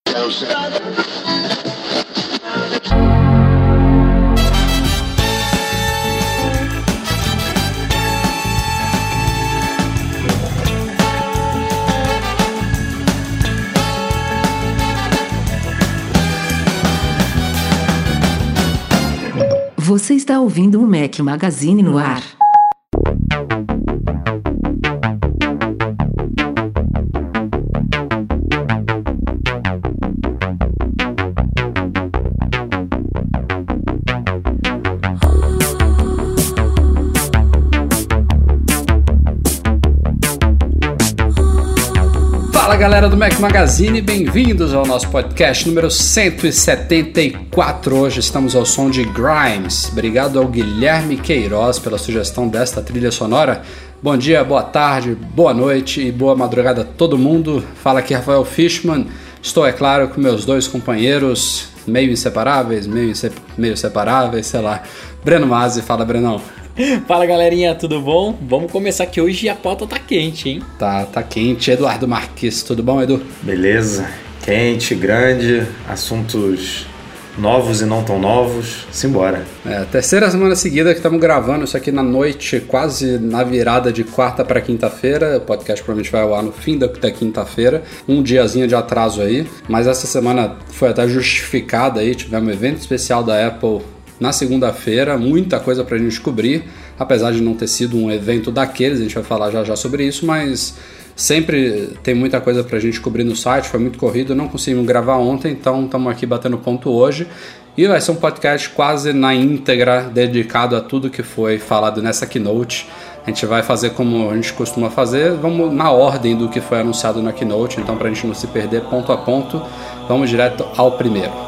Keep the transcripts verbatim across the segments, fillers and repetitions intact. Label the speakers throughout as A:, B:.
A: Você está ouvindo o Mac Magazine no ar.
B: Fala galera do Mac Magazine, bem-vindos ao nosso podcast número cento e setenta e quatro. Hoje estamos ao som de Grimes. Obrigado ao Guilherme Queiroz pela sugestão desta trilha sonora. Bom dia, boa tarde, boa noite e boa madrugada a todo mundo. Fala aqui Rafael Fishman. Estou, é claro, com meus dois companheiros meio inseparáveis, meio, inse... meio separáveis, sei lá. Breno Mazzi, fala Brenão.
C: Fala galerinha, tudo bom? Vamos começar que hoje a pauta tá quente, hein?
B: Tá, tá quente. Eduardo Marques, tudo bom, Edu?
D: Beleza, quente, grande, assuntos novos e não tão novos, simbora.
B: É, terceira semana seguida que estamos gravando isso aqui na noite, quase na virada de quarta para quinta-feira. O podcast provavelmente vai ao ar no fim da, da quinta-feira, um diazinho de atraso aí, mas essa semana foi até justificada aí, tivemos um evento especial da Apple na segunda-feira, muita coisa pra gente cobrir, apesar de não ter sido um evento daqueles, a gente vai falar já já sobre isso, mas sempre tem muita coisa pra gente cobrir no site, foi muito corrido, não conseguimos gravar ontem, então estamos aqui batendo ponto hoje, e vai ser um podcast quase na íntegra, dedicado a tudo que foi falado nessa Keynote. A gente vai fazer como a gente costuma fazer, vamos na ordem do que foi anunciado na Keynote, então pra gente não se perder ponto a ponto, vamos direto ao primeiro.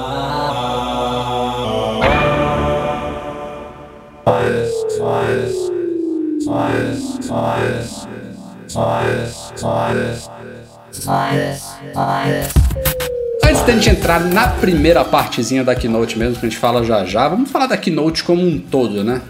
B: Antes da gente entrar na primeira partezinha da Keynote mesmo, que a gente fala já já, vamos falar da Keynote como um todo, né?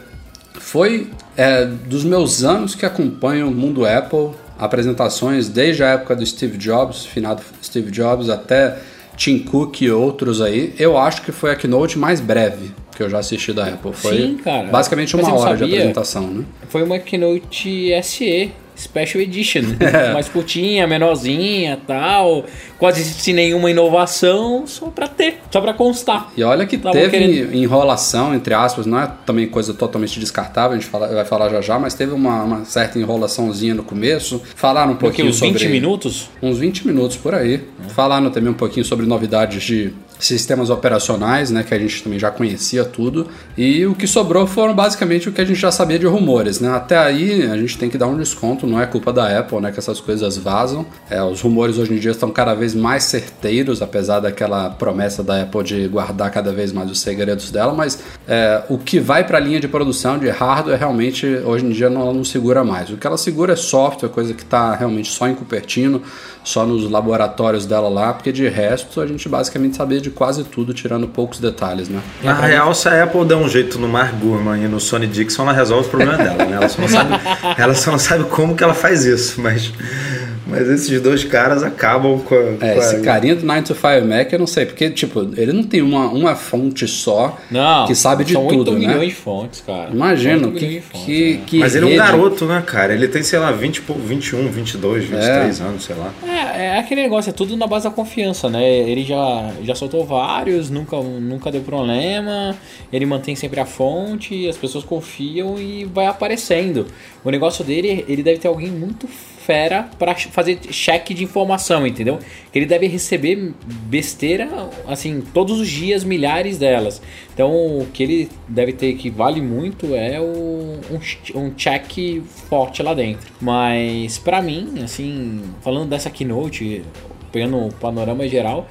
B: Foi é, dos meus anos que acompanho o mundo Apple, apresentações desde a época do Steve Jobs, finado Steve Jobs, até Tim Cook e outros aí, eu acho que foi a Keynote mais breve que eu já assisti da Apple. Foi
C: Sim, cara.
B: basicamente uma hora de apresentação, né?
C: Foi uma Keynote S E, Special Edition, é. mais curtinha, menorzinha, tal, quase sem nenhuma inovação, só pra ter, só pra constar.
B: E olha que
C: Tava
B: teve
C: querendo...
B: enrolação, entre aspas, não é também coisa totalmente descartável, a gente fala, vai falar já já, mas teve uma, uma certa enrolaçãozinha no começo. Falaram um pouquinho
C: uns
B: sobre...
C: vinte minutos?
B: Uns vinte minutos por aí. É. Falaram também um pouquinho sobre novidades de sistemas operacionais, né, que a gente também já conhecia tudo, e o que sobrou foram basicamente o que a gente já sabia de rumores, né? Até aí a gente tem que dar um desconto, não é culpa da Apple, né, que essas coisas vazam. É, os rumores hoje em dia estão cada vez mais certeiros, apesar daquela promessa da Apple de guardar cada vez mais os segredos dela, mas é, o que vai para a linha de produção de hardware realmente hoje em dia não, ela não segura mais. O que ela segura é software, coisa que está realmente só em Cupertino, só nos laboratórios dela lá, porque de resto a gente basicamente sabia de quase tudo, tirando poucos detalhes, né?
D: Na real, se a Apple der um jeito no Mark Gurman e no Sonny Dixon, ela resolve o problema dela, né? Ela só não sabe, ela só não sabe como que ela faz isso, mas... Mas esses dois caras acabam com a...
B: É,
D: com a...
B: esse carinha do nine to five Mac, eu não sei, porque, tipo, ele não tem uma, uma fonte só
C: não,
B: que sabe de
C: são
B: tudo,
C: oito
B: né?
C: milhões de fontes, cara.
B: Imagino, que,
C: fontes,
B: que,
C: né?
B: que
D: Mas ele
B: rede...
D: é um garoto, né, cara? Ele tem, sei lá, vinte, vinte e um, vinte e dois, vinte e três é. anos, sei lá.
C: É, é aquele negócio, é tudo na base da confiança, né? Ele já, já soltou vários, nunca, nunca deu problema, ele mantém sempre a fonte, as pessoas confiam e vai aparecendo. O negócio dele, ele deve ter alguém muito fera para fazer check de informação, entendeu? Que ele deve receber besteira, assim, todos os dias, milhares delas. Então, o que ele deve ter que vale muito é o, um, um check forte lá dentro. Mas, pra mim, assim, falando dessa Keynote, pegando o panorama geral,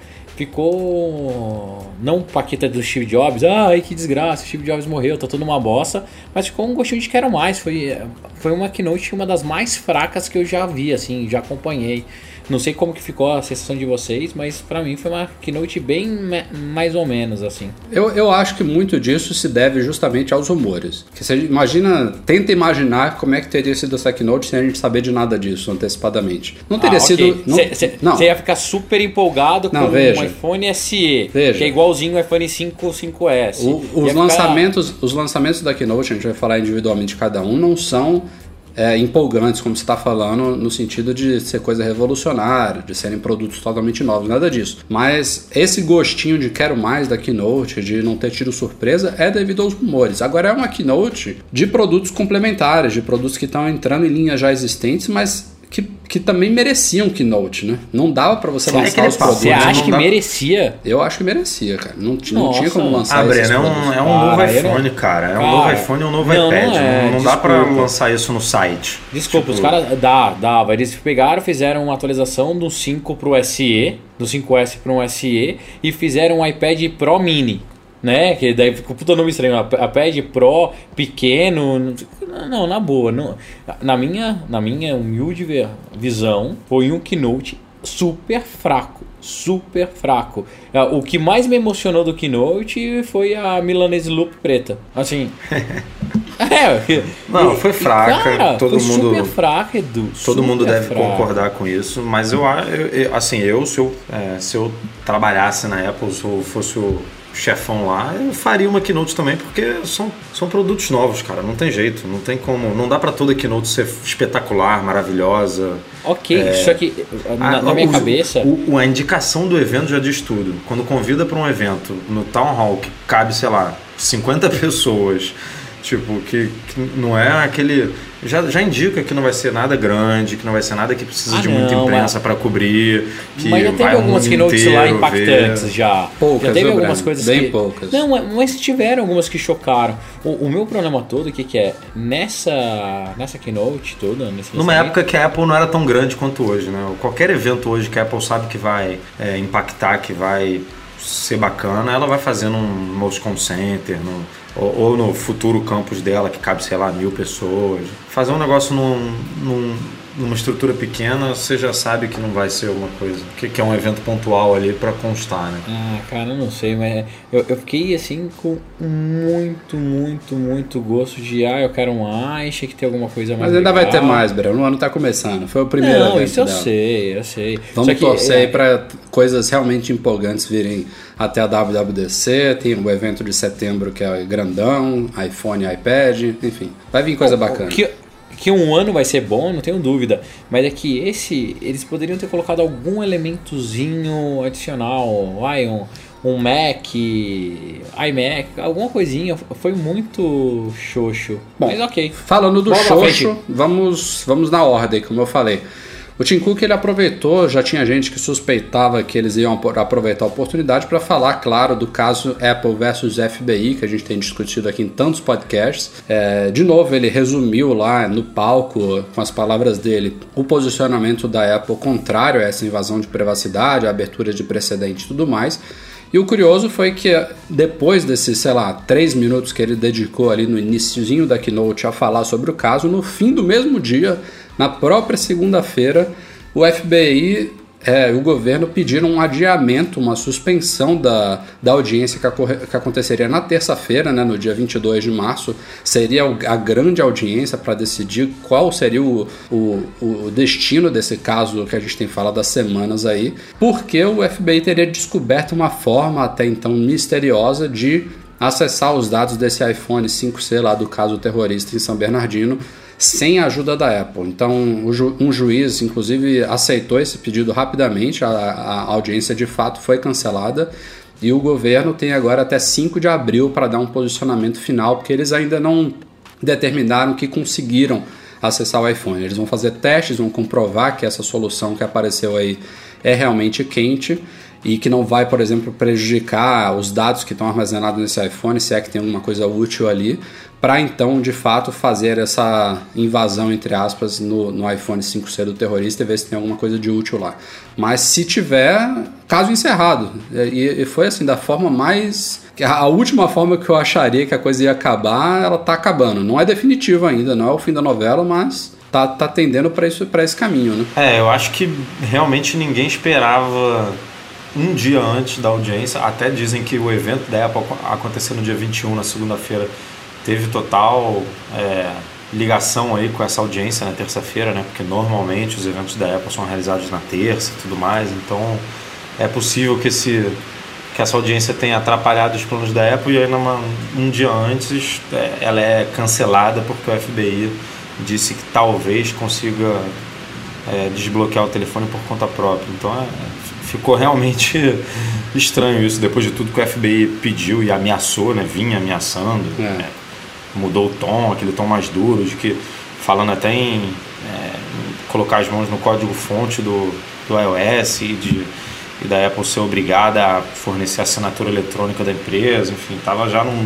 C: ficou não paqueta do Steve Jobs, ai que desgraça, o Steve Jobs morreu, tá tudo uma bosta, mas ficou um gostinho de quero mais. Foi, foi uma Keynote, uma das mais fracas que eu já vi, assim, já acompanhei. Não sei como que ficou a sensação de vocês, mas pra mim foi uma keynote bem me- mais ou menos, assim.
B: Eu, eu acho que muito disso se deve justamente aos rumores. Que você imagina, tenta imaginar como é que teria sido essa keynote sem a gente saber de nada disso antecipadamente. Não teria
C: ah,
B: sido...
C: okay.
B: Não,
C: Você
B: não.
C: ia ficar super empolgado
B: não,
C: com
B: veja.
C: um iPhone S E,
B: Veja.
C: que é igualzinho o iPhone cinco, cinco S.
B: O, os,
C: ficar...
B: lançamentos, os lançamentos da keynote, a gente vai falar individualmente de cada um, não são é, empolgantes, como você está falando, no sentido de ser coisa revolucionária, de serem produtos totalmente novos, nada disso. Mas esse gostinho de quero mais da keynote, de não ter tido surpresa, é devido aos rumores. Agora é uma keynote de produtos complementares, de produtos que estão entrando em linhas já existentes, mas que, que também mereciam keynote, né? Não dava pra você lançar os produtos.
C: Você acha que
B: dá...
C: merecia?
B: Eu acho que merecia, cara. Não, não tinha como lançar
D: ah,
B: esses
D: Breno,
B: produtos.
D: é um, é um
C: Ah,
D: novo
C: eu
D: iPhone,
C: não...
D: cara. É um
C: cara,
D: novo iPhone e um novo
C: não,
D: iPad.
C: Não, é,
D: não, não dá pra
C: desculpa.
D: lançar isso no site.
C: Desculpa,
D: tipo...
C: os caras... Dá, dava. Eles pegaram, fizeram uma atualização do cinco pro S E, do cinco S para um S E, e fizeram um iPad Pro Mini. Né? Que daí ficou puta nome estranho. iPad Pro pequeno. Não, na boa. Não, na, minha, na minha humilde visão, foi um keynote super fraco. Super fraco. O que mais me emocionou do keynote foi a Milanese Loop preta. Assim. é,
D: não, foi fraca.
C: Cara,
D: todo
C: foi
D: mundo,
C: super fraca, Edu.
D: Todo
C: super
D: mundo deve
C: fraca.
D: concordar com isso. Mas eu acho, assim, eu se eu, é, se eu trabalhasse na Apple, se eu fosse o chefão lá, eu faria uma keynote também, porque são, são produtos novos, cara, não tem jeito, não tem como, não dá pra toda keynote ser espetacular, maravilhosa.
C: Ok,
D: é,
C: só que na,
D: a,
C: na minha
D: o,
C: cabeça...
D: O, a indicação do evento já diz tudo. Quando convida pra um evento no Town Hall que cabe, sei lá, cinquenta pessoas, tipo, que, que não é aquele... Já, já indica que não vai ser nada grande, que não vai ser nada que precisa
C: ah,
D: de muita
C: não,
D: imprensa
C: mas...
D: para cobrir. Que
C: mas já teve
D: vai
C: algumas keynotes lá impactantes
D: ver.
C: já.
B: Poucas,
C: já teve
B: viu,
C: algumas
B: Breno?
C: coisas
B: Bem
C: que...
B: poucas.
C: Não, mas tiveram algumas que chocaram. O, o meu problema todo, o que, que é? Nessa, nessa keynote toda... Nesse
D: Numa época que a Apple não era tão grande quanto hoje, né? Qualquer evento hoje que a Apple sabe que vai é, impactar, que vai ser bacana, ela vai fazer num Moscone Center, num, ou, ou no futuro campus dela, que cabe, sei lá, mil pessoas. Fazer um negócio num, num, numa estrutura pequena, você já sabe que não vai ser uma coisa, que, que é um evento pontual ali para constar, né?
C: Ah, cara, eu não sei, mas eu, eu fiquei assim com muito, muito, muito gosto de, ah, eu quero um Aish, que tem alguma coisa mais
B: Mas ainda
C: legal.
B: vai ter mais, Breno. O ano tá começando. Foi o primeiro
C: Não,
B: evento
C: isso eu
B: dela.
C: sei, eu sei.
B: Vamos
C: Só que,
B: torcer
C: é,
B: aí para coisas realmente empolgantes virem até a W W D C. Tem o evento de setembro que é grandão, iPhone, iPad, enfim. Vai vir coisa bacana.
C: Que, que um ano vai ser bom, não tenho dúvida. Mas é que esse, eles poderiam ter colocado algum elementozinho adicional. Vai, um, um Mac, iMac, alguma coisinha. Foi muito xoxo.
B: Bom,
C: mas ok.
B: Falando do
C: Bola pra
B: xoxo,
C: frente.
B: vamos, vamos na ordem, como eu falei. O Tim Cook ele aproveitou, já tinha gente que suspeitava que eles iam aproveitar a oportunidade para falar, claro, do caso Apple versus F B I, que a gente tem discutido aqui em tantos podcasts. É, de novo, ele resumiu lá no palco, com as palavras dele, o posicionamento da Apple contrário a essa invasão de privacidade, a abertura de precedente e tudo mais. E o curioso foi que depois desses, sei lá, três minutos que ele dedicou ali no iniciozinho da keynote a falar sobre o caso, no fim do mesmo dia, na própria segunda-feira, o F B I é, e o governo pediram um adiamento, uma suspensão da, da audiência que, acorre, que aconteceria na terça-feira, né, no dia vinte e dois de março. Seria a grande audiência para decidir qual seria o, o, o destino desse caso que a gente tem falado há semanas aí, porque o F B I teria descoberto uma forma até então misteriosa de acessar os dados desse iPhone cinco C lá do caso terrorista em São Bernardino, sem a ajuda da Apple. Então, um juiz, inclusive, aceitou esse pedido rapidamente, a, a audiência de fato foi cancelada e o governo tem agora até cinco de abril para dar um posicionamento final, porque eles ainda não determinaram que conseguiram acessar o iPhone. Eles vão fazer testes, vão comprovar que essa solução que apareceu aí é realmente quente e que não vai, por exemplo, prejudicar os dados que estão armazenados nesse iPhone, se é que tem alguma coisa útil ali, para então, de fato, fazer essa invasão, entre aspas, no, no iPhone cinco C do terrorista e ver se tem alguma coisa de útil lá. Mas se tiver, caso encerrado. E, e foi assim, da forma mais... A última forma que eu acharia que a coisa ia acabar, ela está acabando. Não é definitiva ainda, não é o fim da novela, mas tá, tá tendendo para isso, para esse caminho, né?
D: É, eu acho que realmente ninguém esperava um dia antes da audiência. Até dizem que o evento da Apple aconteceu no dia vinte e um, na segunda-feira, teve total é, ligação aí com essa audiência na terça-feira, né? Porque normalmente os eventos da Apple são realizados na terça e tudo mais, então é possível que, esse, que essa audiência tenha atrapalhado os planos da Apple, e aí numa, um dia antes é, ela é cancelada porque o F B I disse que talvez consiga é, desbloquear o telefone por conta própria. Então é, ficou realmente estranho isso, depois de tudo que o F B I pediu e ameaçou, né? Vinha ameaçando, é. É, mudou o tom, aquele tom mais duro, de que, falando até em, é, em colocar as mãos no código-fonte do, do iOS e, de, e da Apple ser obrigada a fornecer a assinatura eletrônica da empresa, enfim, estava já num,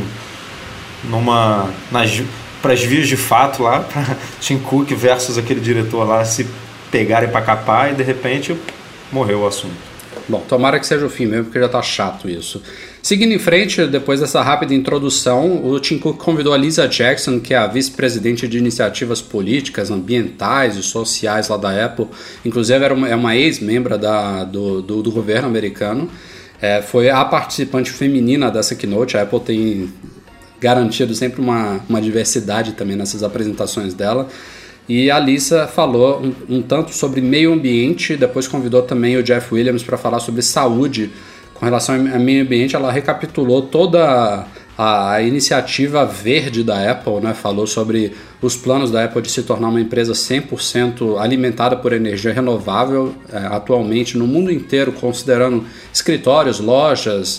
D: numa... Nas, para as vias de fato lá, para Tim Cook versus aquele diretor lá se pegarem para capar, e de repente morreu o assunto.
B: Bom, tomara que seja o fim mesmo, porque já tá chato isso. Seguindo em frente, depois dessa rápida introdução, o Tim Cook convidou a Lisa Jackson, que é a vice-presidente de iniciativas políticas, ambientais e sociais lá da Apple. Inclusive era uma, é uma ex-membra da, do, do, do governo americano. É, foi a participante feminina dessa keynote. A Apple tem garantido sempre uma, uma diversidade também nessas apresentações dela. E a Lisa falou um, um tanto sobre meio ambiente, depois convidou também o Jeff Williams para falar sobre saúde. Com relação ao meio ambiente, ela recapitulou toda a, a iniciativa verde da Apple, né? Falou sobre os planos da Apple de se tornar uma empresa cem por cento alimentada por energia renovável, é, atualmente no mundo inteiro, considerando escritórios, lojas,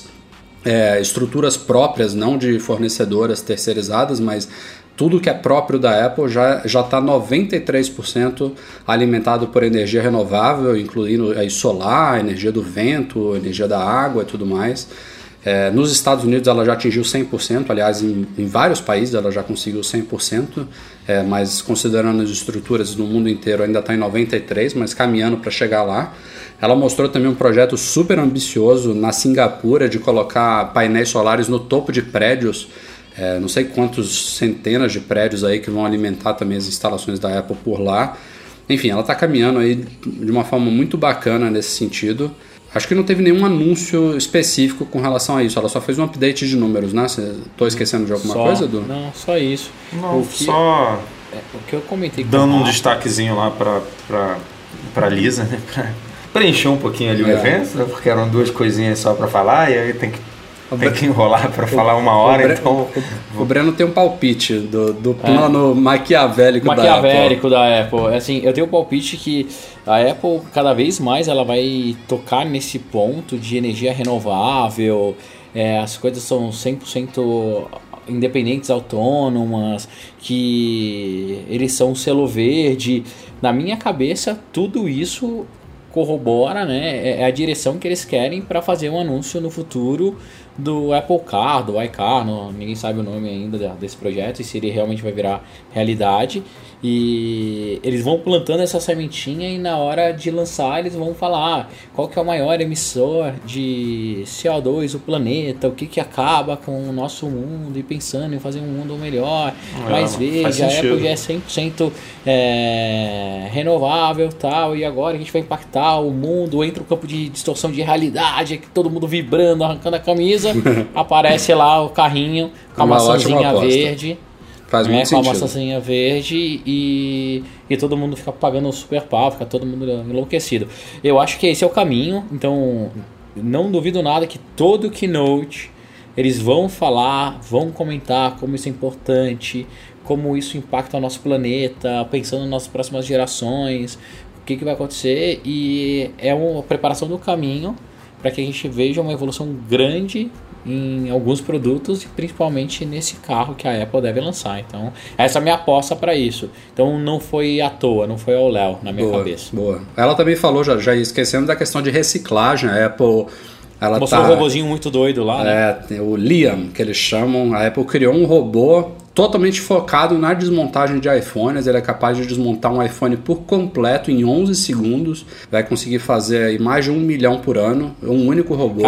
B: é, estruturas próprias, não de fornecedoras terceirizadas, mas tudo que é próprio da Apple já já está noventa e três por cento alimentado por energia renovável, incluindo aí solar, energia do vento, energia da água e tudo mais. É, nos Estados Unidos ela já atingiu cem por cento, aliás, em, em vários países ela já conseguiu cem por cento, é, mas considerando as estruturas no mundo inteiro ainda está em noventa e três por cento, mas caminhando para chegar lá. Ela mostrou também um projeto super ambicioso na Singapura de colocar painéis solares no topo de prédios. É, não sei quantos centenas de prédios aí que vão alimentar também as instalações da Apple por lá. Enfim, ela está caminhando aí de uma forma muito bacana nesse sentido. Acho que não teve nenhum anúncio específico com relação a isso. Ela só fez um update de números, né? Estou esquecendo de alguma
C: só,
B: coisa, Du?
C: Não, só isso.
D: Não,
C: o que,
D: só
C: é, o que eu comentei com
D: dando um
C: a...
D: destaquezinho lá para para para Lisa, né? Pra preencher um pouquinho ali é. o evento, né? Porque eram duas coisinhas só para falar, e aí tem que Tem que enrolar para falar uma hora, o Bre... então...
B: O Breno tem um palpite do, do plano é. maquiavélico,
C: maquiavélico
B: da Apple.
C: da Apple. Assim, eu tenho um palpite que a Apple, cada vez mais, ela vai tocar nesse ponto de energia renovável, é, as coisas são cem por cento independentes, autônomas, que eles são um selo verde. Na minha cabeça, tudo isso corrobora, né, é a direção que eles querem para fazer um anúncio no futuro do Apple Car, do iCar, não, ninguém sabe o nome ainda desse projeto e se ele realmente vai virar realidade. E eles vão plantando essa sementinha e na hora de lançar eles vão falar qual que é o maior emissor de C O dois do planeta, o que que acaba com o nosso mundo, e pensando em fazer um mundo melhor, é, mais verde. A Apple já é cem por cento é, renovável, tal, e agora a gente vai impactar o mundo, entra o campo de distorção de realidade, que todo mundo vibrando, arrancando a camisa, aparece lá o carrinho com a maçãzinha verde.
B: Faz muito
C: né,
B: sentido.
C: Com a maçãzinha verde e, e todo mundo fica pagando super pau, fica todo mundo enlouquecido. Eu acho que esse é o caminho, então não duvido nada que todo keynote eles vão falar, vão comentar como isso é importante, como isso impacta o nosso planeta, pensando nas próximas gerações, o que, que vai acontecer, e é uma preparação do caminho para que a gente veja uma evolução grande em alguns produtos e principalmente nesse carro que a Apple deve lançar. Então, essa é a minha aposta para isso. Então, não foi à toa, não foi ao léu na minha
B: boa,
C: cabeça.
B: Boa. Ela também falou, já, já esquecendo da questão de reciclagem. A Apple... Ela
C: mostrou
B: tá,
C: um robozinho muito doido lá, né?
B: É, tem o Liam, que eles chamam. A Apple criou um robô totalmente focado na desmontagem de iPhones. Ele é capaz de desmontar um iPhone por completo em onze segundos. Vai conseguir fazer aí mais de um milhão por ano. Um único robô.
C: Cara,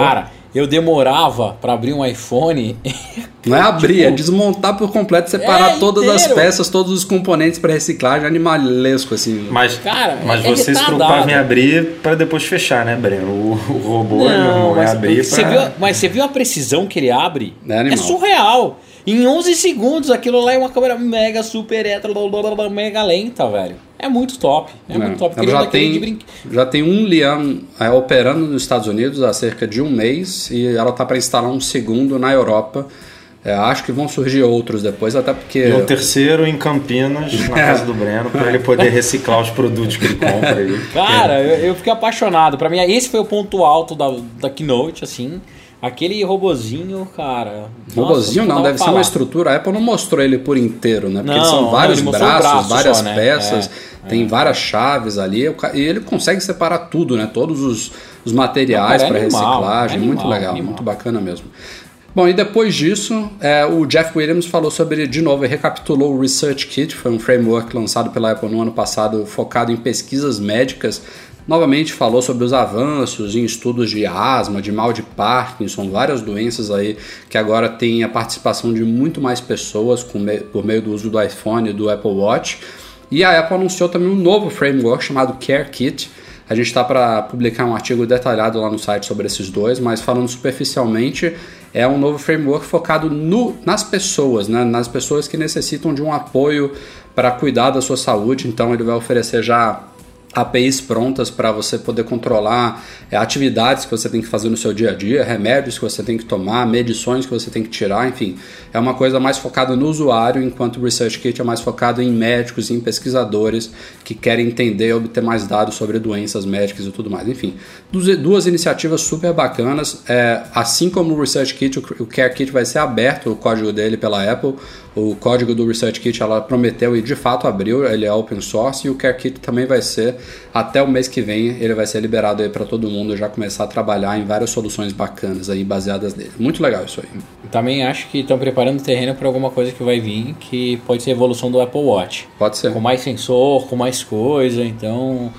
C: eu demorava pra abrir um iPhone.
B: Não é abrir,
C: tipo,
B: é desmontar por completo, separar
C: é,
B: todas
C: inteiro.
B: as peças, todos os componentes para reciclagem, animalesco, assim.
D: Mas,
C: cara,
D: mas
C: é,
D: você
C: é
D: se preocupava em abrir para depois fechar, né, Breno? O, o robô,
C: Não,
D: meu irmão,
C: mas,
D: é abrir
C: você
D: pra...
C: viu, mas você viu a precisão que ele abre?
B: É animal.
C: É surreal. Em onze segundos, aquilo lá é uma câmera mega, super, hétero, mega lenta, velho. É muito top. É, é. muito top.
B: Ela já tem, brin... já tem um Liam é, operando nos Estados Unidos há cerca de um mês e ela tá para instalar um segundo na Europa. É, acho que vão surgir outros depois, até porque...
D: E um terceiro em Campinas, na casa do Breno, para ele poder reciclar os produtos que ele compra. Aí.
C: Cara, eu, eu fiquei apaixonado. Para mim, esse foi o ponto alto da, da Keynote, assim... Aquele robozinho, cara...
B: Robozinho
C: nossa,
B: não, deve
C: falar.
B: ser uma estrutura. A Apple não mostrou ele por inteiro, né? Porque
C: não,
B: são vários
C: não,
B: braços,
C: braço
B: várias
C: só, né?
B: peças,
C: é,
B: tem
C: é.
B: várias chaves ali. E ele consegue separar tudo, né? Todos os, os materiais para reciclagem.
C: É
B: muito
C: animal,
B: legal,
C: animal.
B: muito bacana mesmo. Bom, e depois disso, é, o Jeff Williams falou sobre, de novo, ele recapitulou o Research Kit, foi um framework lançado pela Apple no ano passado, focado em pesquisas médicas. Novamente falou sobre os avanços em estudos de asma, de mal de Parkinson, várias doenças aí que agora tem a participação de muito mais pessoas com me- por meio do uso do iPhone e do Apple Watch. E a Apple anunciou também um novo framework chamado Care Kit. A gente está para publicar um artigo detalhado lá no site sobre esses dois, mas falando superficialmente, é um novo framework focado no, nas pessoas, né? Nas pessoas que necessitam de um apoio para cuidar da sua saúde. Então ele vai oferecer já A P Is prontas para você poder controlar é, atividades que você tem que fazer no seu dia a dia, remédios que você tem que tomar, medições que você tem que tirar, enfim. É uma coisa mais focada no usuário, enquanto o Research Kit é mais focado em médicos e em pesquisadores que querem entender e obter mais dados sobre doenças médicas e tudo mais. Enfim, duas iniciativas super bacanas. É, assim como o Research Kit, o Care Kit vai ser aberto, o código dele pela Apple. O código do Research Kit ela prometeu e de fato abriu, ele é open source, e o Care Kit também vai ser, até o mês que vem, ele vai ser liberado aí para todo mundo já começar a trabalhar em várias soluções bacanas aí baseadas nele. Muito legal isso aí.
C: Também acho que estão preparando o terreno para alguma coisa que vai vir, que pode ser a evolução do Apple Watch.
B: Pode ser.
C: Com mais sensor, com mais coisa, então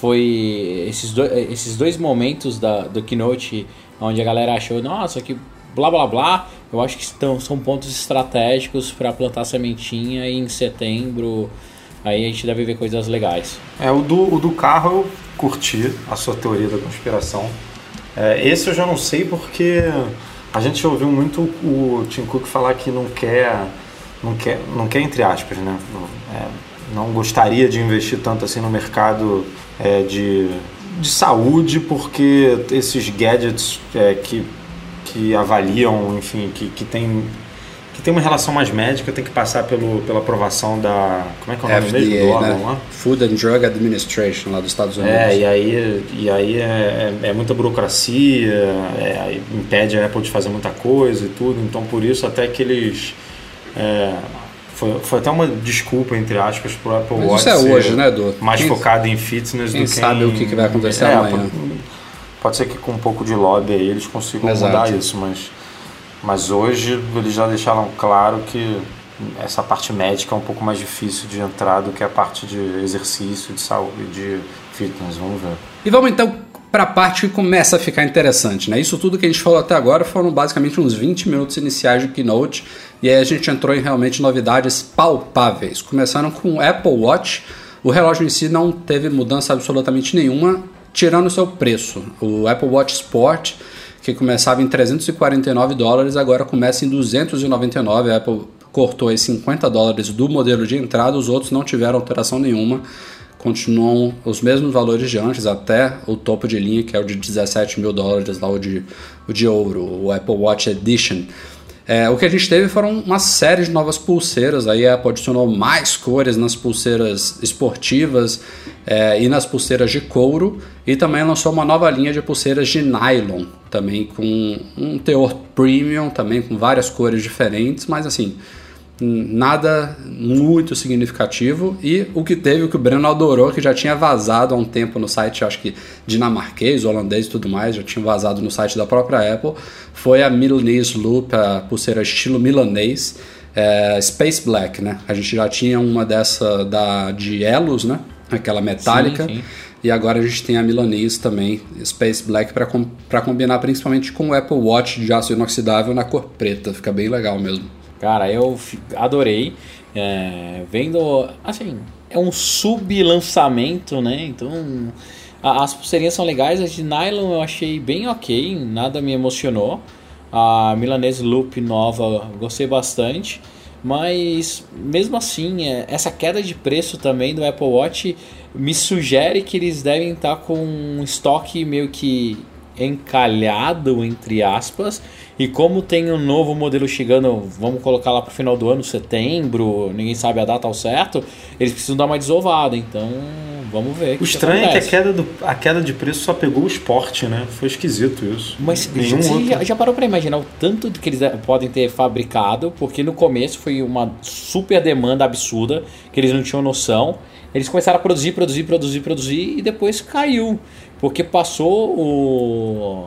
C: foi esses dois, esses dois momentos da, do Keynote onde a galera achou, nossa, que blá blá blá, eu acho que estão, são pontos estratégicos para plantar sementinha e em setembro aí a gente deve ver coisas legais.
D: É, o do, o do carro eu curti a sua teoria da conspiração. É, esse eu já não sei porque a gente ouviu muito o Tim Cook falar que não quer, não quer, não quer entre aspas, né? É, não gostaria de investir tanto assim no mercado é, de, de saúde porque esses gadgets é, que que avaliam, enfim, que, que tem que tem uma relação mais médica, tem que passar pelo, pela aprovação da... Como é que é o nome
B: F D A,
D: mesmo do órgão
B: né?
D: lá?
B: Food and Drug Administration, lá dos Estados Unidos.
D: É, e aí, e aí é, é muita burocracia, é, impede a Apple de fazer muita coisa e tudo, então por isso até que eles... É, foi, foi até uma desculpa, entre aspas, pro Apple
B: Mas
D: Watch
B: isso é
D: ser
B: hoje, né, Edu?
D: mais
B: Quem-
D: focado em fitness
B: quem
D: do que
B: sabe
D: em,
B: o que que vai acontecer
D: é,
B: amanhã.
D: Pode, pode ser que com um pouco de lobby aí eles consigam
B: Exato.
D: mudar isso, mas... Mas hoje eles já deixaram claro que essa parte médica é um pouco mais difícil de entrar do que a parte de exercício, de saúde, de fitness. Vamos ver.
B: E vamos então para a parte que começa a ficar interessante, né? Isso tudo que a gente falou até agora foram basicamente uns vinte minutos iniciais de Keynote, e aí a gente entrou em realmente novidades palpáveis. Começando com o Apple Watch. O relógio em si não teve mudança absolutamente nenhuma, tirando o seu preço. O Apple Watch Sport, que começava em trezentos e quarenta e nove dólares, agora começa em duzentos e noventa e nove. A Apple cortou aí cinquenta dólares do modelo de entrada, os outros não tiveram alteração nenhuma, continuam os mesmos valores de antes, até o topo de linha, que é o de dezessete mil dólares, lá o de, o de ouro, o Apple Watch Edition. É, o que a gente teve foram uma série de novas pulseiras. Aí a Apple adicionou mais cores nas pulseiras esportivas é, e nas pulseiras de couro, e também lançou uma nova linha de pulseiras de nylon, também com um teor premium, também com várias cores diferentes, mas assim, nada muito significativo. E o que teve, o que o Breno adorou, que já tinha vazado há um tempo no site, acho que dinamarquês, holandês e tudo mais, já tinha vazado no site da própria Apple, foi a Milanese Loop, a pulseira estilo milanês, é, Space Black, né? A gente já tinha uma dessa da, de Elos, né? Aquela metálica.
C: Sim, sim.
B: E agora a gente tem a Milanese também, Space Black, para com, para combinar principalmente com o Apple Watch de aço inoxidável na cor preta. Fica bem legal mesmo.
C: Cara, eu adorei. É, vendo, assim, é um sub-lançamento, né? Então, a, as pulseirinhas são legais. As de nylon eu achei bem ok, nada me emocionou. A Milanese Loop nova gostei bastante. Mas, mesmo assim, é, essa queda de preço também do Apple Watch me sugere que eles devem estar com um estoque meio que encalhado, entre aspas. E como tem um novo modelo chegando, vamos colocar lá para o final do ano, setembro, ninguém sabe a data ao certo, eles precisam dar uma desovada. Então, vamos ver.
D: O estranho é que a queda, do, a queda de preço só pegou o esporte, né? Foi esquisito isso.
C: Mas você já, já parou para imaginar o tanto que eles podem ter fabricado? Porque no começo foi uma super demanda absurda, que eles não tinham noção. Eles começaram a produzir, produzir, produzir, produzir e depois caiu. Porque passou o...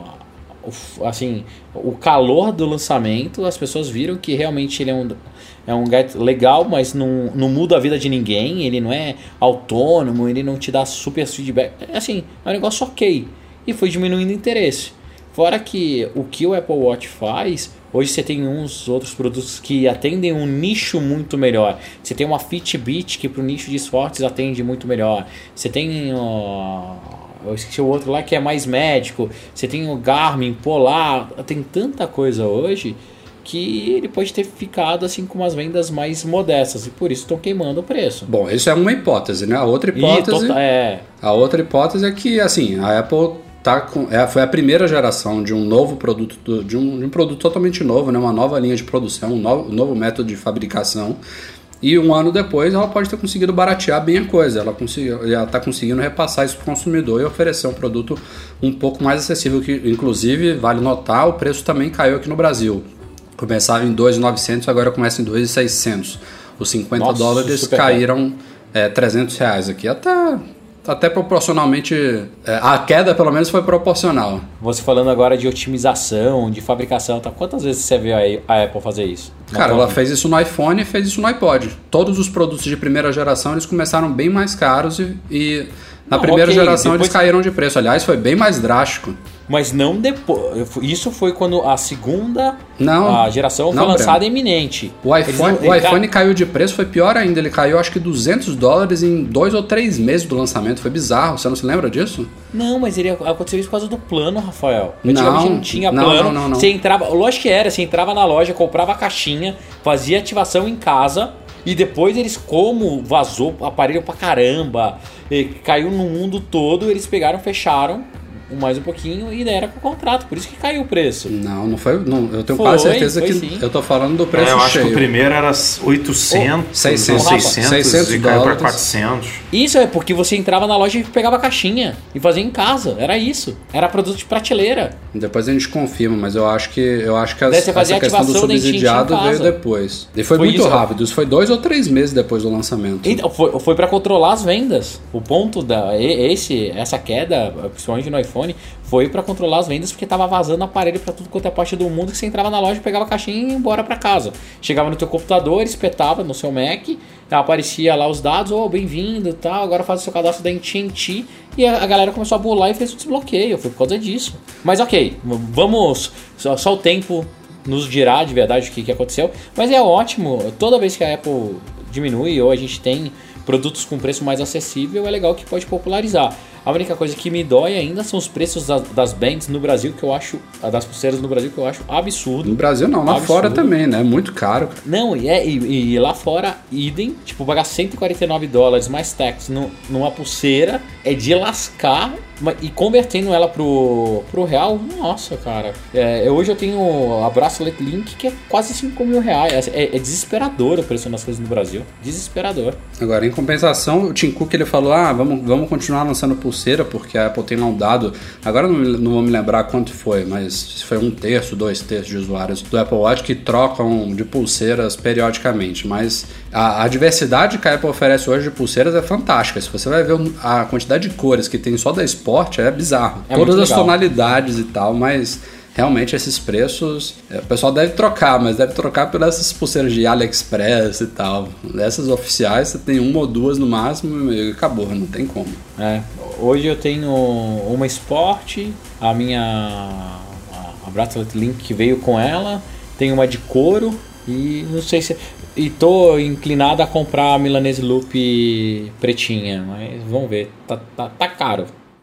C: assim, o calor do lançamento, as pessoas viram que realmente ele é um, é um gadget legal, mas não, não muda a vida de ninguém, ele não é autônomo, ele não te dá super feedback, assim, é um negócio ok, e foi diminuindo o interesse. Fora que o que o Apple Watch faz, hoje você tem uns outros produtos que atendem um nicho muito melhor. Você tem uma Fitbit que para o nicho de esportes atende muito melhor. Você tem... Uh, eu esqueci o outro lá que é mais médico. Você tem o Garmin, Polar. Tem tanta coisa hoje que ele pode ter ficado assim com umas vendas mais modestas. E por isso estão queimando o preço.
B: Bom, isso é uma hipótese, né? A outra hipótese,
C: tota- é...
B: a outra hipótese é que assim, a Apple tá com, é, foi a primeira geração de um novo produto, de um, de um produto totalmente novo, né? Uma nova linha de produção, um novo, um novo método de fabricação. E um ano depois ela pode ter conseguido baratear bem a coisa. Ela está conseguindo repassar isso para o consumidor e oferecer um produto um pouco mais acessível. Que, inclusive, vale notar, o preço também caiu aqui no Brasil. Começava em dois mil e novecentos, agora começa em dois mil e seiscentos. Os cinquenta
C: Nossa,
B: dólares caíram é, trezentos reais aqui. Até, até proporcionalmente... É, a queda, pelo menos, foi proporcional.
C: Você falando agora de otimização, de fabricação, tá? Quantas vezes você viu a Apple fazer isso?
B: Cara, ela fez isso no iPhone e fez isso no iPod. Todos os produtos de primeira geração, eles começaram bem mais caros e, e na
C: não,
B: primeira
C: okay,
B: geração
C: depois...
B: eles caíram de preço. Aliás, foi bem mais drástico.
C: Mas não depois. Isso foi quando a segunda
B: não,
C: a geração foi
B: não,
C: lançada
B: Breno.
C: iminente.
B: O iPhone, não, o iPhone ca... caiu de preço, foi pior ainda. Ele caiu acho que duzentos dólares em dois ou três meses do lançamento. Foi bizarro. Você não se lembra disso?
C: Não, mas ele aconteceu isso por causa do plano, Rafael.
B: Não,
C: não tinha
B: não,
C: plano.
B: Não, não, não.
C: Você entrava, lógico que era, você entrava na loja, comprava a caixinha, fazia ativação em casa. E depois eles, como vazou aparelho pra caramba, caiu no mundo todo, eles pegaram, fecharam mais um pouquinho e deram com o contrato. Por isso que caiu o preço.
B: Não, não foi. Não, eu tenho
C: foi,
B: quase certeza que
C: sim.
B: eu tô falando do preço
D: é, eu acho
B: cheio.
D: que o primeiro era oitocentos,
B: oh, seiscentos,
D: seiscentos,
B: seiscentos
D: e caiu para
B: dólares.
D: quatrocentos.
C: Isso é porque você entrava na loja e pegava a caixinha e fazia em casa. Era isso. Era produto de prateleira.
B: Depois a gente confirma, mas eu acho que eu acho que as,
C: você fazia
B: essa questão do subsidiado veio
C: casa.
B: depois. E foi,
C: foi
B: muito
C: isso,
B: rápido. Isso foi dois ou três meses depois do lançamento.
C: Então, foi, foi para controlar as vendas. O ponto da esse essa queda, principalmente no iPhone, foi para controlar as vendas, porque tava vazando aparelho para tudo quanto é parte do mundo, que você entrava na loja, pegava a caixinha e ia embora para casa. Chegava no teu computador, espetava no seu Mac, aparecia lá os dados, oh, bem-vindo, tal, agora faz o seu cadastro da A T and T, e a galera começou a bular e fez o desbloqueio. Foi por causa disso. Mas ok, vamos, só, só o tempo nos dirá de verdade o que, que aconteceu, mas é ótimo, toda vez que a Apple diminui ou a gente tem produtos com preço mais acessível, é legal que pode popularizar. A única coisa que me dói ainda são os preços das, das bands no Brasil, que eu acho, das pulseiras no Brasil, que eu acho absurdo.
B: No Brasil não, lá
C: absurdo.
B: fora também, né? Muito caro.
C: Não, e, é, e, e lá fora, idem, tipo, pagar cento e quarenta e nove dólares mais tax no, numa pulseira é de lascar, e convertendo ela pro, pro real, nossa, cara. É, hoje eu tenho a Bracelet Link, que é quase cinco mil reais. É, é desesperador o preço das coisas no Brasil. Desesperador.
B: Agora, em compensação, o Tim Cook ele falou, ah, vamos, vamos continuar lançando pulseira, porque a Apple tem lá um dado, agora não, não vou me lembrar quanto foi, mas foi um terço, dois terços de usuários do Apple Watch que trocam de pulseiras periodicamente, mas a, a diversidade que a Apple oferece hoje de pulseiras é fantástica. Se você vai ver a quantidade de cores que tem só da Sport, é bizarro. É Todas as tonalidades e tal, mas realmente esses preços, é, o pessoal deve trocar, mas deve trocar por essas pulseiras de AliExpress e tal. Essas oficiais, você tem uma ou duas no máximo e acabou, não tem como.
C: É, hoje eu tenho uma Sport, a minha a Bracelet Link que veio com ela, tem uma de couro e não sei se... E tô inclinado a comprar a Milanese Loop pretinha, mas vamos ver, tá, tá, tá caro.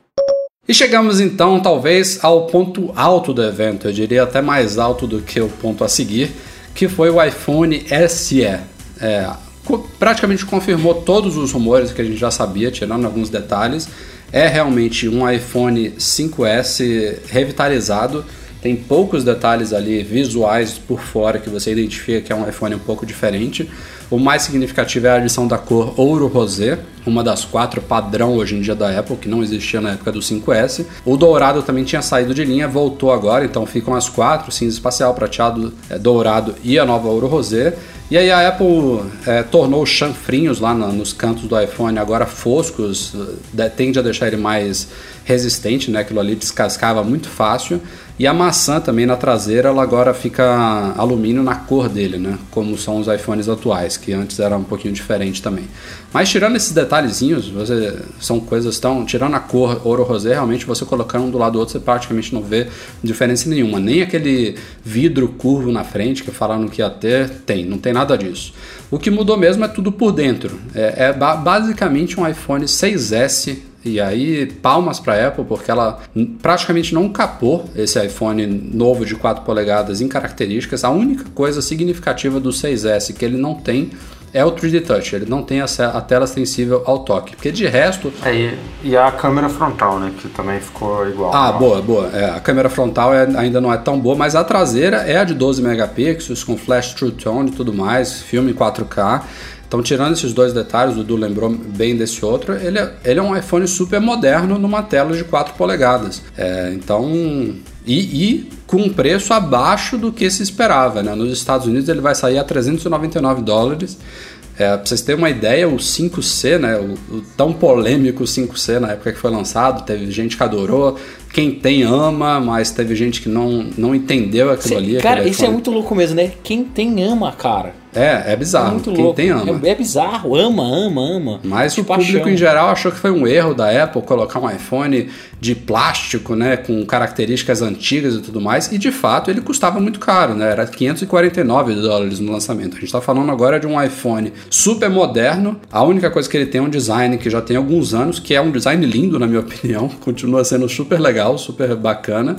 B: E chegamos então, talvez, ao ponto alto do evento, eu diria até mais alto do que o ponto a seguir, que foi o iPhone S E. É, praticamente confirmou todos os rumores que a gente já sabia, tirando alguns detalhes. É realmente um iPhone cinco S revitalizado. Tem poucos detalhes ali visuais por fora que você identifica que é um iPhone um pouco diferente. O mais significativo é a adição da cor ouro rosé, uma das quatro padrão hoje em dia da Apple, que não existia na época do cinco S. O dourado também tinha saído de linha, voltou agora, então ficam as quatro, cinza espacial, prateado, é, dourado e a nova ouro rosé. E aí a Apple é, tornou os chanfrinhos lá na, nos cantos do iPhone agora foscos, de, tende a deixar ele mais resistente, né? Aquilo ali descascava muito fácil. E a maçã também na traseira, ela agora fica alumínio na cor dele, né? Como são os iPhones atuais, que antes era um pouquinho diferente também. Mas tirando esses detalhezinhos, você, são coisas tão... Tirando a cor ouro rosé, realmente você colocando um do lado do outro, você praticamente não vê diferença nenhuma. Nem aquele vidro curvo na frente que falaram que ia ter, tem. Não tem nada disso. O que mudou mesmo é tudo por dentro. É, é basicamente um iPhone seis S. E aí, palmas para a Apple, porque ela praticamente não capou esse iPhone novo de quatro polegadas em características. A única coisa significativa do seis S que ele não tem é o três D Touch, ele não tem a, a tela sensível ao toque, porque de resto...
D: É, e, e a câmera frontal, né, que também ficou igual.
B: Ah, boa, boa. É, a câmera frontal é, ainda não é tão boa, mas a traseira é a de doze megapixels, com flash True Tone e tudo mais, filme em quatro K. Então, tirando esses dois detalhes, o Dudu lembrou bem desse outro, ele é, ele é um iPhone super moderno numa tela de quatro polegadas. É, então, e, e com um preço abaixo do que se esperava, né? Nos Estados Unidos ele vai sair a trezentos e noventa e nove dólares. É, pra vocês terem uma ideia, o cinco C, né, o, o tão polêmico cinco C na época que foi lançado, teve gente que adorou, quem tem ama, mas teve gente que não, não entendeu aquilo Cê, ali.
C: Cara, isso é muito louco mesmo, né? Quem tem ama, cara.
B: É, é bizarro. É muito Quem
C: louco.
B: tem ama.
C: É, é bizarro, ama, ama, ama.
B: Mas
C: de
B: o público
C: paixão.
B: em geral achou que foi um erro da Apple colocar um iPhone de plástico, né, com características antigas e tudo mais, e de fato ele custava muito caro, né? Era quinhentos e quarenta e nove dólares no lançamento. A gente está falando agora de um iPhone super moderno. A única coisa que ele tem é um design que já tem alguns anos, que é um design lindo, na minha opinião. Continua sendo super legal, super bacana.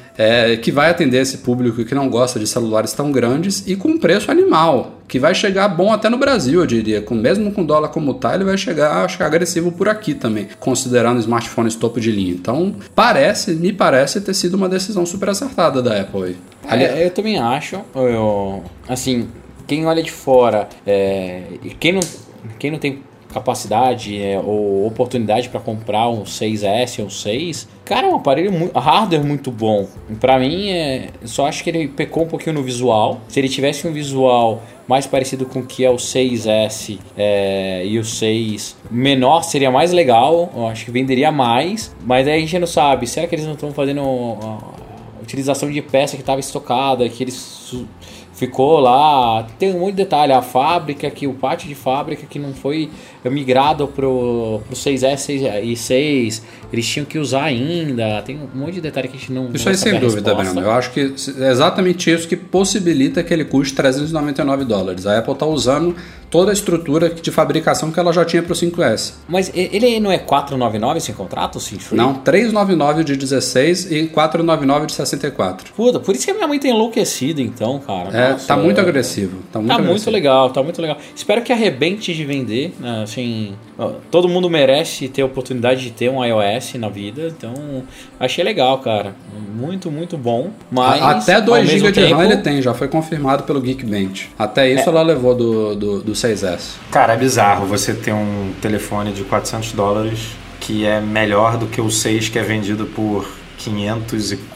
B: É, que vai atender esse público que não gosta de celulares tão grandes e com um preço animal, que vai chegar bom até no Brasil, eu diria. Com, mesmo com dólar como tá, ele vai chegar, acho que agressivo por aqui também, considerando smartphones topo de linha. Então, parece, me parece ter sido uma decisão super acertada da Apple aí.
C: Ali... É, eu também acho. Eu, assim, quem olha de fora, é, quem, não, quem não tem capacidade é, ou oportunidade para comprar um seis S ou seis, cara, é um aparelho muito, hardware muito bom. Para mim, é, só acho que ele pecou um pouquinho no visual. Se ele tivesse um visual mais parecido com o que é o seis S é, e o seis menor, seria mais legal. Eu acho que venderia mais. Mas aí a gente não sabe. Será que eles não estão fazendo a utilização de peça que estava estocada, que eles... ficou lá, tem um monte de detalhe, a fábrica, que o pátio de fábrica que não foi migrado pro, pro seis S e seis, eles tinham que usar ainda, tem um monte de detalhe que a gente não
B: Isso aí sem dúvida, Breno, eu acho que é exatamente isso que possibilita que ele custe trezentos e noventa e nove dólares. A Apple está usando toda a estrutura de fabricação que ela já tinha para o cinco S.
C: Mas ele não é quatrocentos e noventa e nove esse contrato, sim?
B: Não, trezentos e noventa e nove de dezesseis e quatrocentos e noventa e nove de sessenta e quatro.
C: Puta, por isso que a minha mãe tá enlouquecida então, cara.
B: É,
C: Nossa,
B: tá muito
C: é...
B: agressivo. Tá, muito,
C: tá
B: agressivo.
C: muito legal, tá muito legal. Espero que arrebente de vender, né? Assim, todo mundo merece ter a oportunidade de ter um iOS na vida, então achei legal, cara. Muito, muito bom. Mas
B: até dois gigas de
C: tempo...
B: RAM ele tem, já foi confirmado pelo Geekbench. Até isso é. ela levou do, do, do seis S.
D: Cara, é bizarro você ter um telefone de quatrocentos dólares que é melhor do que o seis que é vendido por quinhentos e quanto?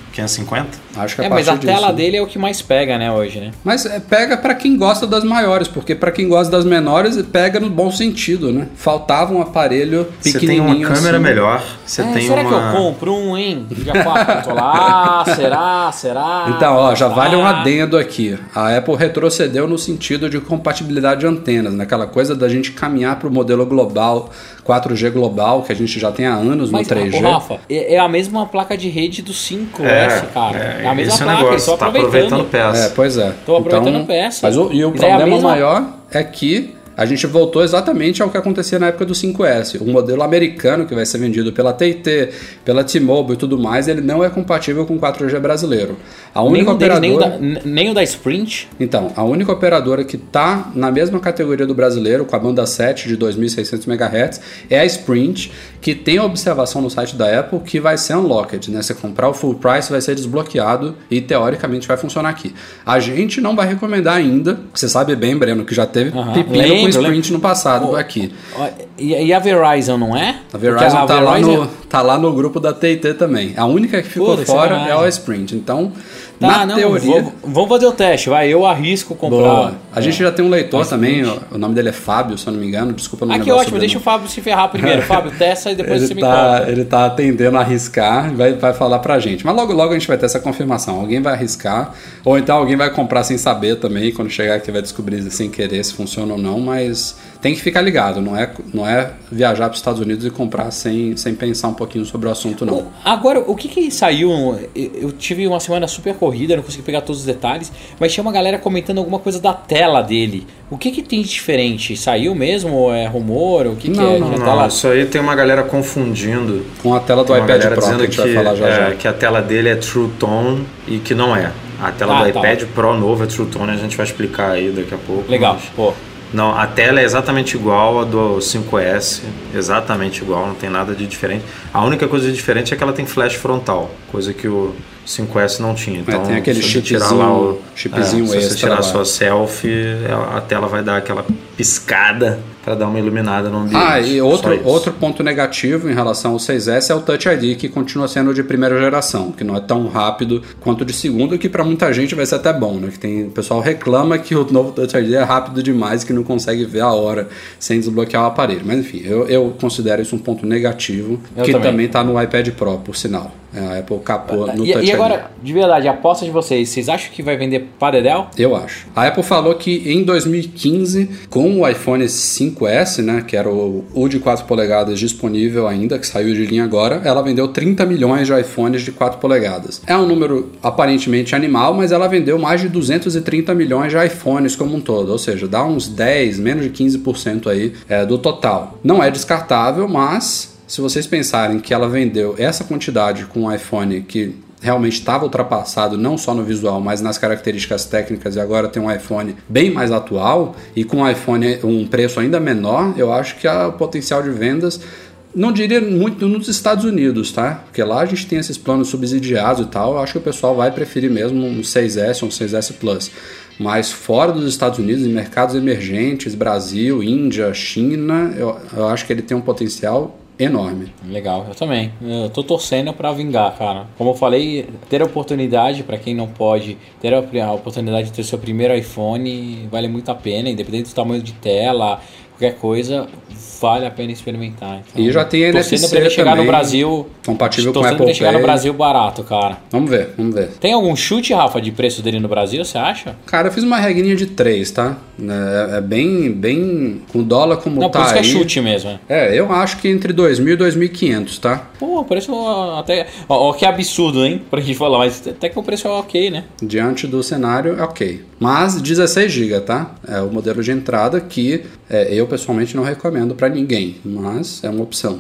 D: quinhentos e cinquenta?
B: Acho que é,
C: É,
B: a
C: mas a
B: partir disso.
C: tela dele é o que mais pega, né, hoje, né?
B: Mas é, pega pra quem gosta das maiores, porque pra quem gosta das menores, pega no bom sentido, né? Faltava um aparelho
D: Você tem
B: pequenininho
D: uma câmera
B: assim.
D: melhor, você
C: É,
D: tem
C: será
D: uma...
C: que eu compro um, hein? Já quatro controlar? Será? Será?
B: Então, ó, já vale um
C: Ah.
B: adendo aqui. A Apple retrocedeu no sentido de compatibilidade de antenas, naquela coisa da gente caminhar para o modelo global, quatro G global, que a gente já tem há anos
C: Mas,
B: no três G.
C: ô, Rafa, é é a mesma placa de rede do cinco S, cara. É, a mesma
D: esse
C: placa,
D: negócio,
C: eles estão
D: tá
C: aproveitando.
D: aproveitando peça.
B: É, pois é.
C: Tô aproveitando
B: Então,
C: peça.
B: Mas o, e o
C: Mas é a
B: problema
C: mesma-
B: maior é que a gente voltou exatamente ao que acontecia na época do cinco S. O modelo americano, que vai ser vendido pela T e T, pela T-Mobile e tudo mais, ele não é compatível com quatro G brasileiro. A
C: Nem
B: única
C: o, deles, nem, o
B: operadora...
C: da, n- nem o da Sprint.
B: Então, a única operadora que está na mesma categoria do brasileiro, com a banda sete de dois mil e seiscentos megahertz, é a Sprint, que tem a observação no site da Apple que vai ser unlocked, né? Você comprar o full price vai ser desbloqueado e teoricamente vai funcionar aqui. A gente não vai recomendar ainda, você sabe bem, Breno, que já teve
C: Aham,
B: pepino
C: lembro,
B: com Sprint
C: lembro.
B: no passado
C: Ó,
B: aqui.
C: Ó, E, e a Verizon não é?
B: A Verizon
C: Porque a
B: tá, lá
C: Verizon-
B: no, tá lá no grupo da T e T também. A única que ficou
C: Pô,
B: fora
C: sacanagem.
B: é a Sprint. Então,
C: Tá,
B: na
C: não,
B: teoria...
C: vamos, vamos fazer o teste, vai. Eu arrisco comprar.
B: Boa. A gente já tem um leitor
C: Mas
B: também,
C: Sprint.
B: o nome dele é Fábio, se eu não me engano. Desculpa não
C: Ah, que
B: lembrar o
C: ótimo, deixa o
B: sobrenome.
C: Fábio se ferrar primeiro. Fábio, testa e depois você
B: Ele
C: me
B: tá,
C: conta.
B: ele tá atendendo a arriscar e vai, vai falar pra gente. Mas logo logo a gente vai ter essa confirmação. Alguém vai arriscar, ou então alguém vai comprar sem saber também. Quando chegar aqui vai descobrir sem querer se funciona ou não. Mas tem que ficar ligado. Não é, não é viajar para os Estados Unidos e comprar sem, sem pensar um pouquinho sobre o assunto, não.
C: Agora, o que que saiu? Eu eu tive uma semana super corrida, não consegui pegar todos os detalhes, mas tinha uma galera comentando alguma coisa da tela dele. O que que tem de diferente? Saiu mesmo? Ou é rumor? O que que
B: Não,
C: é?
B: não,
C: Já
D: Não,
C: tá lá.
D: isso aí tem uma galera confundindo.
B: Com a tela do
D: Tem uma
B: iPad
D: galera
B: Pro, que a
D: dizendo
B: gente
D: que,
B: vai falar já
D: é,
B: já.
D: que a tela dele é True Tone e que não é. A tela
C: Ah,
D: do
C: tá.
D: iPad Pro novo é True Tone, a gente vai explicar aí daqui a pouco.
C: Legal,
D: mas-
C: pô.
D: Não, a tela é exatamente igual a do cinco S, exatamente igual, não tem nada de diferente. A única coisa de diferente é que ela tem flash frontal, coisa que o cinco S não tinha. Então,
B: tem aquele
D: se você tirar
B: chipzinho-
D: lá o
B: chipzinho
D: é, se
B: extra
D: você tirar
B: lá.
D: sua selfie, a tela vai dar aquela piscada para dar uma iluminada no ambiente.
B: Ah, e
D: Só
B: outro,
D: isso.
B: outro ponto negativo em relação ao seis S é o Touch I D, que continua sendo de primeira geração, que não é tão rápido quanto o de segunda, que para muita gente vai ser até bom, né? Que tem, o pessoal reclama que o novo Touch I D é rápido demais, que não consegue ver a hora sem desbloquear o aparelho. Mas enfim, eu, eu considero isso um ponto negativo,
C: Eu
B: que
C: também.
B: também está no iPad Pro, por sinal. A Apple capou no
C: E,
B: Touch
C: e
B: I D.
C: agora, de verdade, a aposta de vocês, vocês acham que vai vender para Dedel?
B: Eu acho. A Apple falou que em dois mil e quinze, com o iPhone cinco S, né, que era o, o de quatro polegadas disponível ainda, que saiu de linha agora, ela vendeu trinta milhões de iPhones de quatro polegadas. É um número aparentemente animal, mas ela vendeu mais de duzentos e trinta milhões de iPhones como um todo, ou seja, dá uns dez, menos de quinze por cento aí é, do total. Não é descartável, mas se vocês pensarem que ela vendeu essa quantidade com um iPhone que realmente estava ultrapassado não só no visual, mas nas características técnicas, e agora tem um iPhone bem mais atual e com um iPhone um preço ainda menor, eu acho que o potencial de vendas, não diria muito nos Estados Unidos, tá? Porque lá a gente tem esses planos subsidiados e tal, eu acho que o pessoal vai preferir mesmo um seis S ou um seis S Plus. Mas fora dos Estados Unidos, em mercados emergentes, Brasil, Índia, China, eu, eu acho que ele tem um potencial enorme.
C: Legal, eu também. Eu tô torcendo pra vingar, cara. Como eu falei, ter a oportunidade, pra quem não pode, ter a a oportunidade de ter seu primeiro iPhone vale muito a pena, independente do tamanho de tela, qualquer coisa, vale a pena experimentar. Então,
B: E já tem N F C
C: torcendo pra ele chegar
B: também,
C: no Brasil,
B: compatível com
C: torcendo pra
B: Apple
C: ele chegar
B: Pay.
C: no Brasil barato, cara.
B: Vamos ver, vamos ver.
C: Tem algum chute, Rafa, de preço dele no Brasil, você acha?
B: Cara, eu fiz uma regrinha de três, tá? É, é bem, bem... Com o dólar como
C: Não,
B: tá
C: por isso que é
B: aí...
C: chute mesmo. né?
B: É, eu acho que entre dois mil e dois mil e quinhentos, tá?
C: Pô, o preço até... Ó, ó, que absurdo, hein? Pra gente falar, mas até que o preço é ok, né?
B: Diante do cenário, é ok. Mas dezesseis gigas, tá? É o modelo de entrada que é, eu pessoalmente não recomendo para ninguém, mas é uma opção.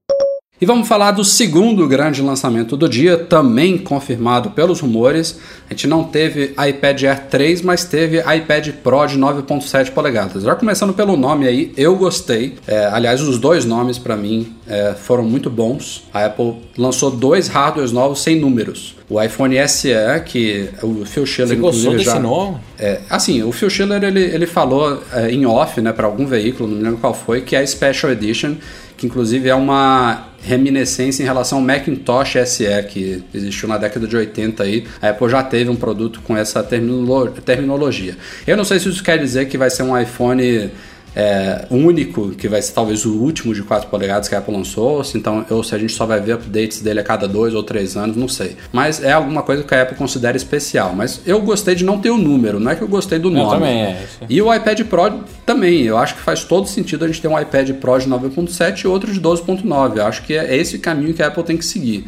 B: E vamos falar do segundo grande lançamento do dia, também confirmado pelos rumores. A gente não teve iPad Air três, mas teve iPad Pro de nove ponto sete polegadas. Já começando pelo nome aí, eu gostei. É, aliás, os dois nomes para mim é, foram muito bons. A Apple lançou dois hardwares novos sem números. O iPhone S E, que o Phil Schiller
C: Você gostou
B: inclusive
C: desse
B: já...
C: nome?
B: É, assim, o Phil Schiller ele, ele falou é, em off, né, para algum veículo, não me lembro qual foi, que é a Special Edition, que inclusive é uma reminiscência em relação ao Macintosh S E, que existiu na década de oitenta aí. A Apple já teve um produto com essa terminolo- terminologia. Eu não sei se isso quer dizer que vai ser um iPhone é, único, que vai ser talvez o último de quatro polegadas que a Apple lançou, ou se, então, ou se a gente só vai ver updates dele a cada dois ou três anos, não sei. Mas é alguma coisa que a Apple considera especial. Mas eu gostei de não ter o número, não é que eu gostei do nome.
C: Eu também, é isso.
B: E o iPad Pro também, eu acho que faz todo sentido a gente ter um iPad Pro de nove ponto sete e outro de doze ponto nove. Eu acho que é esse caminho que a Apple tem que seguir.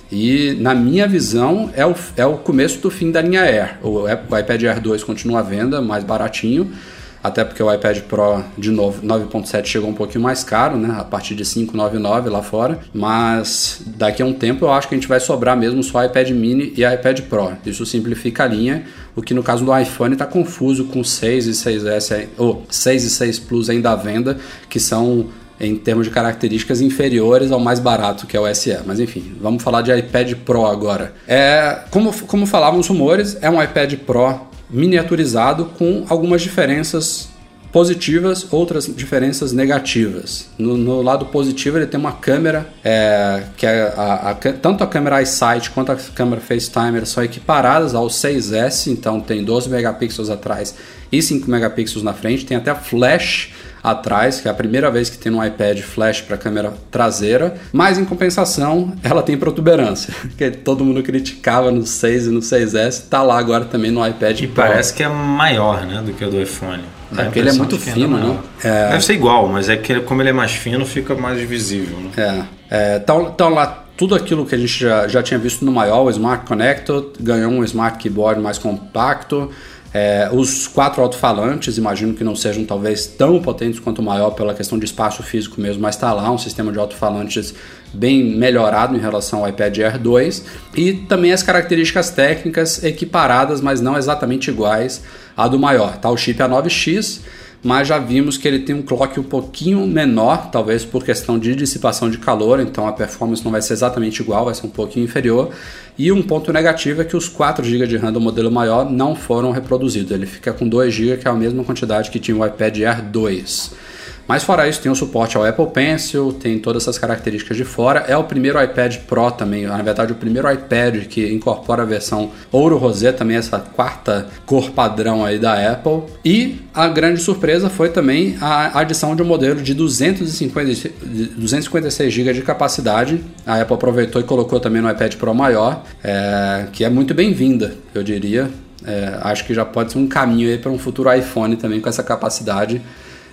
B: E na minha visão é o, é o começo do fim da linha Air. O, o iPad Air dois continua à venda, mais baratinho, até porque o iPad Pro de novo, nove ponto sete chegou um pouquinho mais caro, né? A partir de cinco vírgula noventa e nove lá fora. Mas daqui a um tempo eu acho que a gente vai sobrar mesmo só iPad Mini e iPad Pro. Isso simplifica a linha, o que no caso do iPhone está confuso com seis e seis S, ou seis e seis Plus ainda à venda, que são em termos de características inferiores ao mais barato, que é o S E. Mas enfim, vamos falar de iPad Pro agora. É, como, como falavam os rumores, é um iPad Pro miniaturizado com algumas diferenças positivas, outras diferenças negativas. No, no lado positivo ele tem uma câmera, é, que é a, a, tanto a câmera iSight quanto a câmera FaceTime são equiparadas ao seis S, então tem doze megapixels atrás e cinco megapixels na frente, tem até flash atrás, que é a primeira vez que tem um iPad flash para a câmera traseira, mas em compensação ela tem protuberância, que todo mundo criticava no seis e no seis S, tá lá agora também no iPad
D: E
B: Pro.
D: parece que é maior, né, do que o do iPhone.
B: É porque ele é muito fino, né? É...
D: Deve ser igual, mas é que como ele é mais fino, fica mais visível, né?
B: É, então, então lá tudo aquilo que a gente já, já tinha visto no maior, o Smart Connector, ganhou um Smart Keyboard mais compacto. É, os quatro alto-falantes, imagino que não sejam talvez tão potentes quanto o maior pela questão de espaço físico mesmo, mas está lá um sistema de alto-falantes bem melhorado em relação ao iPad Air dois, e também as características técnicas equiparadas, mas não exatamente iguais à do maior. Tá o chip A nove X, mas já vimos que ele tem um clock um pouquinho menor, talvez por questão de dissipação de calor, então a performance não vai ser exatamente igual, vai ser um pouquinho inferior. E um ponto negativo é que os quatro gigas de RAM do modelo maior não foram reproduzidos, ele fica com dois gigas, que é a mesma quantidade que tinha o iPad Air dois. Mas fora isso, tem o suporte ao Apple Pencil, tem todas essas características de fora. É o primeiro iPad Pro também, na verdade o primeiro iPad que incorpora a versão ouro rosé, também essa quarta cor padrão aí da Apple. E a grande surpresa foi também a adição de um modelo de duzentos e cinquenta e seis gigas de capacidade. A Apple aproveitou e colocou também no iPad Pro maior, é, que é muito bem-vinda, eu diria. É, acho que já pode ser um caminho aí para um futuro iPhone também com essa capacidade.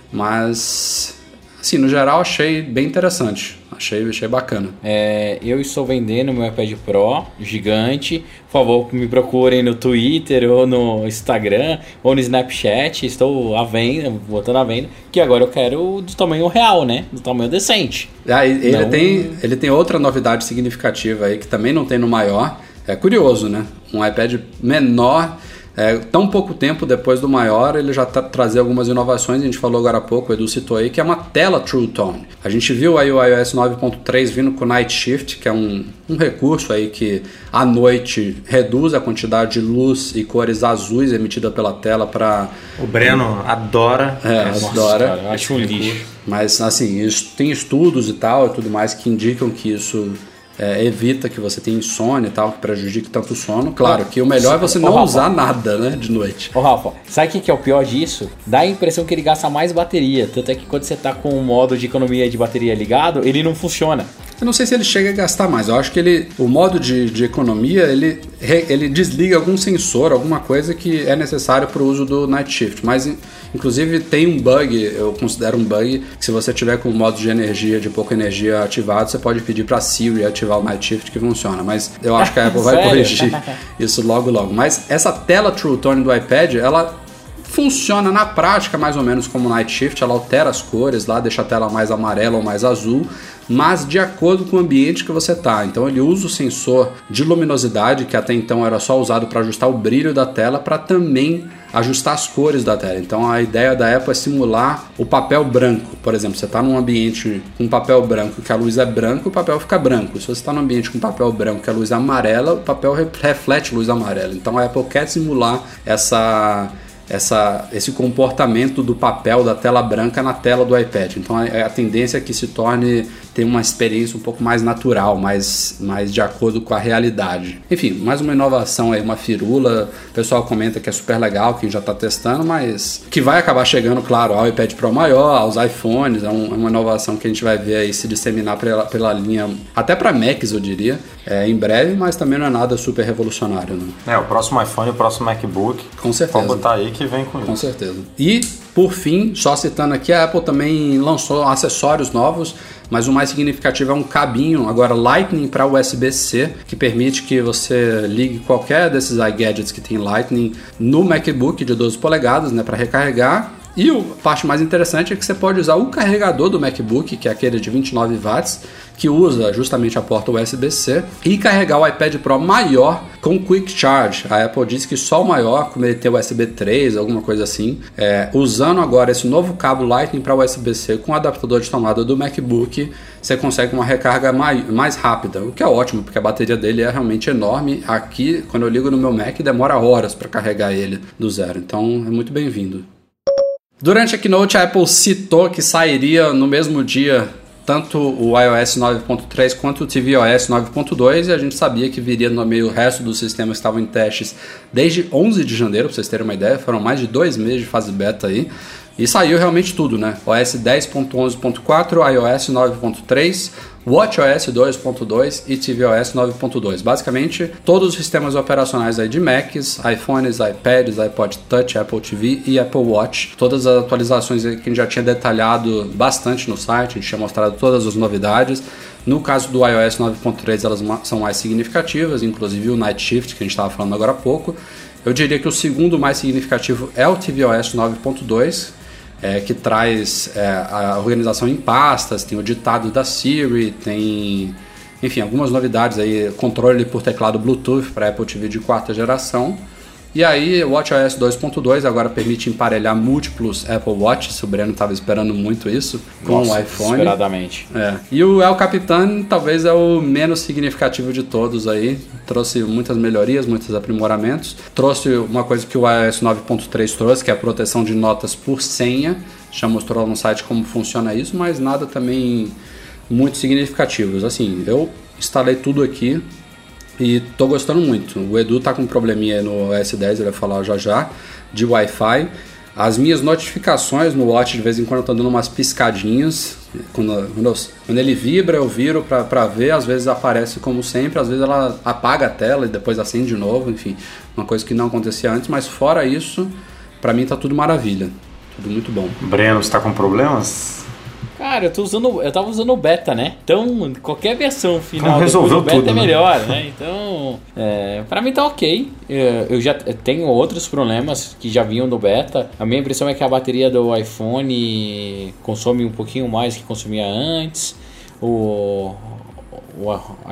B: Mas, assim, no geral achei bem interessante, achei, achei bacana.
C: É, eu estou vendendo meu iPad Pro gigante. Por favor, me procurem no Twitter ou no Instagram ou no Snapchat. Estou à venda, botando à venda, que agora eu quero do tamanho real, né? Do tamanho decente.
B: Ah, ele,
C: Não...
B: tem, ele tem outra novidade significativa aí que também não tem no maior. É curioso, né? Um iPad menor. É, tão pouco tempo depois do maior, ele já tá trazendo algumas inovações, a gente falou agora há pouco, o Edu citou aí, que é uma tela True Tone. A gente viu aí o iOS nove ponto três vindo com o Night Shift, que é um, um recurso aí que à noite reduz a quantidade de luz e cores azuis emitida pela tela para...
D: O Breno adora.
B: É,
C: Nossa,
B: adora.
C: cara, eu acho um lixo.
B: Mas assim, isso, tem estudos e tal e tudo mais que indicam que isso... É, evita que você tenha insônia e tal, que prejudique tanto o sono. Claro que o melhor é você não
C: Rafa,
B: usar nada, né, de noite.
C: Ô Rafa, sabe o que, que é o pior disso? Dá a impressão que ele gasta mais bateria. Tanto é que quando você tá com o modo de economia de bateria ligado, ele não funciona.
B: Eu não sei se ele chega a gastar mais. Eu acho que ele, o modo de, de economia, ele, ele desliga algum sensor, alguma coisa que é necessário para o uso do Night Shift. Mas, inclusive, tem um bug, eu considero um bug, que se você tiver com o modo de energia, de pouca energia ativado, você pode pedir para a Siri ativar o Night Shift, que funciona. Mas eu acho que a Apple vai corrigir isso logo, logo. Mas essa tela True Tone do iPad, ela funciona na prática mais ou menos como o Night Shift. Ela altera as cores lá, deixa a tela mais amarela ou mais azul, mas de acordo com o ambiente que você está. Então ele usa o sensor de luminosidade, que até então era só usado para ajustar o brilho da tela, para também ajustar as cores da tela. Então a ideia da Apple é simular o papel branco. Por exemplo, você está num ambiente com papel branco que a luz é branca, o papel fica branco. Se você está num ambiente com papel branco que a luz é amarela, o papel reflete luz amarela. Então a Apple quer simular essa... essa, esse comportamento do papel da tela branca na tela do iPad. Então a, a tendência é que se torne ter uma experiência um pouco mais natural, mais, mais de acordo com a realidade. Enfim, mais uma inovação aí, uma firula. O pessoal comenta que é super legal, quem já está testando, mas que vai acabar chegando, claro, ao iPad Pro maior, aos iPhones. É, um, é uma inovação que a gente vai ver aí se disseminar pela, pela linha, até para Macs, eu diria, é, em breve, mas também não é nada super revolucionário, né?
D: É, o próximo iPhone, o próximo MacBook.
B: Com certeza.
D: Pode botar aí que vem com,
B: com
D: isso.
B: Com certeza. E, por fim, só citando aqui, a Apple também lançou acessórios novos, mas o mais significativo é um cabinho, agora Lightning para U S B C, que permite que você ligue qualquer desses iGadgets que tem Lightning no MacBook de doze polegadas, né, para recarregar. E a parte mais interessante é que você pode usar o carregador do MacBook, que é aquele de vinte e nove watts, que usa justamente a porta U S B C, e carregar o iPad Pro maior com Quick Charge. A Apple disse que só o maior, como ele tem U S B três, alguma coisa assim, é, usando agora esse novo cabo Lightning para U S B C com o adaptador de tomada do MacBook, você consegue uma recarga mais, mais rápida, o que é ótimo, porque a bateria dele é realmente enorme. Aqui, quando eu ligo no meu Mac, demora horas para carregar ele do zero, então é muito bem-vindo. Durante a Keynote, a Apple citou que sairia no mesmo dia tanto o iOS nove ponto três quanto o tvOS nove ponto dois, e a gente sabia que viria no meio o resto dos sistemas que estavam em testes desde onze de janeiro, para vocês terem uma ideia. Foram mais de dois meses de fase beta aí, e saiu realmente tudo, né? O O S dez ponto onze ponto quatro, iOS nove ponto três, WatchOS dois ponto dois e tvOS nove ponto dois. Basicamente, todos os sistemas operacionais aí de Macs, iPhones, iPads, iPod Touch, Apple T V e Apple Watch. Todas as atualizações que a gente já tinha detalhado bastante no site, a gente tinha mostrado todas as novidades. No caso do iOS nove ponto três, elas são mais significativas, inclusive o Night Shift, que a gente estava falando agora há pouco. Eu diria que o segundo mais significativo é o tvOS nove ponto dois, É, que traz é, a organização em pastas, tem o ditado da Siri, tem, enfim, algumas novidades aí, controle por teclado Bluetooth para Apple T V de quarta geração. E aí o WatchOS dois ponto dois agora permite emparelhar múltiplos Apple Watch, o Breno estava esperando muito isso, com
C: Nossa,
B: o iPhone.
C: Desesperadamente.
B: É. E o El Capitan talvez é o menos significativo de todos aí, trouxe muitas melhorias, muitos aprimoramentos, trouxe uma coisa que o iOS nove ponto três trouxe, que é a proteção de notas por senha, já mostrou no site como funciona isso, mas nada também muito significativos. Assim, eu instalei tudo aqui e tô gostando muito. O Edu tá com um probleminha no O S dez, ele vai falar já já, de Wi-Fi. As minhas notificações no Watch de vez em quando estão dando umas piscadinhas. Quando, quando, eu, quando ele vibra, eu viro pra, pra ver. Às vezes aparece como sempre, às vezes ela apaga a tela e depois acende de novo. Enfim, uma coisa que não acontecia antes. Mas fora isso, pra mim tá tudo maravilha. Tudo muito bom.
D: Breno, você tá com problemas?
C: Cara, eu tô usando, eu tava usando o beta, né? Então, qualquer versão final
D: então, resolveu
C: do beta
D: tudo,
C: é
D: né?
C: melhor, né? Então, é, pra mim tá ok. Eu já tenho outros problemas que já vinham do beta. A minha impressão é que a bateria do iPhone consome um pouquinho mais que consumia antes. O... O,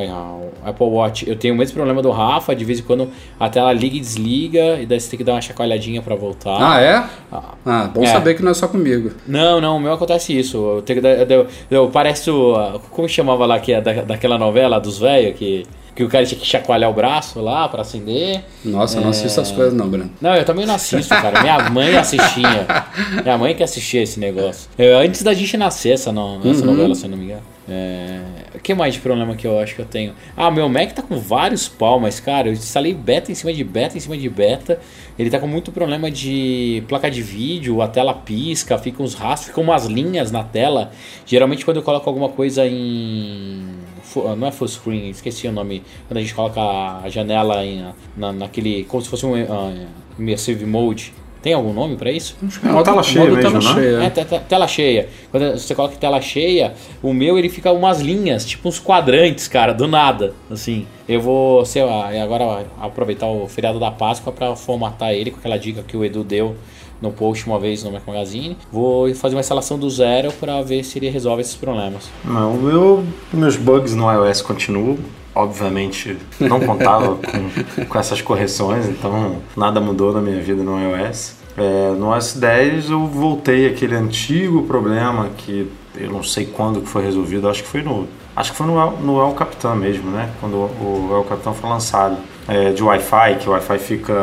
C: o Apple Watch, eu tenho o mesmo problema do Rafa, de vez em quando a tela liga e desliga, e daí você tem que dar uma chacoalhadinha pra voltar.
B: Ah, é? Ah, bom
C: é.
B: saber que não é só comigo.
C: Não, não, o meu acontece isso. Eu tenho que dar, eu, eu pareço, como chamava lá que é da, daquela novela dos velhos que que o cara tinha que chacoalhar o braço lá pra acender.
B: Nossa, eu não
C: é...
B: assisto essas coisas não, Bruno.
C: Não, eu também não assisto, cara. Minha mãe assistia. Minha mãe que assistia esse negócio. Eu, antes da gente nascer essa, no, essa uhum. novela, se eu não me engano. É... O que mais de problema que eu acho que eu tenho? Ah, meu Mac tá com vários pau, mas, cara, eu instalei beta em cima de beta em cima de beta. Ele tá com muito problema de placa de vídeo, a tela pisca, fica uns rastros, ficam umas linhas na tela. Geralmente quando eu coloco alguma coisa em... Não é full screen, esqueci o nome. Quando a gente coloca a janela em, na, naquele... Como se fosse um uh, immersive mode. Tem algum nome pra isso?
D: É uma tela cheia mesmo,
B: tela
D: né?
B: cheia.
C: É, tela cheia. Quando você coloca tela cheia, o meu ele fica umas linhas, tipo uns quadrantes, cara, do nada. Assim, eu vou, sei lá, agora aproveitar o feriado da Páscoa pra formatar ele com aquela dica que o Edu deu no post uma vez no Mac Magazine. Vou fazer uma instalação do zero pra ver se ele resolve esses problemas.
D: Não, meu, meus bugs no iOS continuam. Obviamente não contava com, com essas correções, então nada mudou na minha vida no iOS. É, no O S dez eu voltei àquele antigo problema que eu não sei quando que foi resolvido, acho que foi no, acho que foi no, no El Capitan mesmo, né? Quando o El Capitan foi lançado, é, de Wi-Fi, que o Wi-Fi fica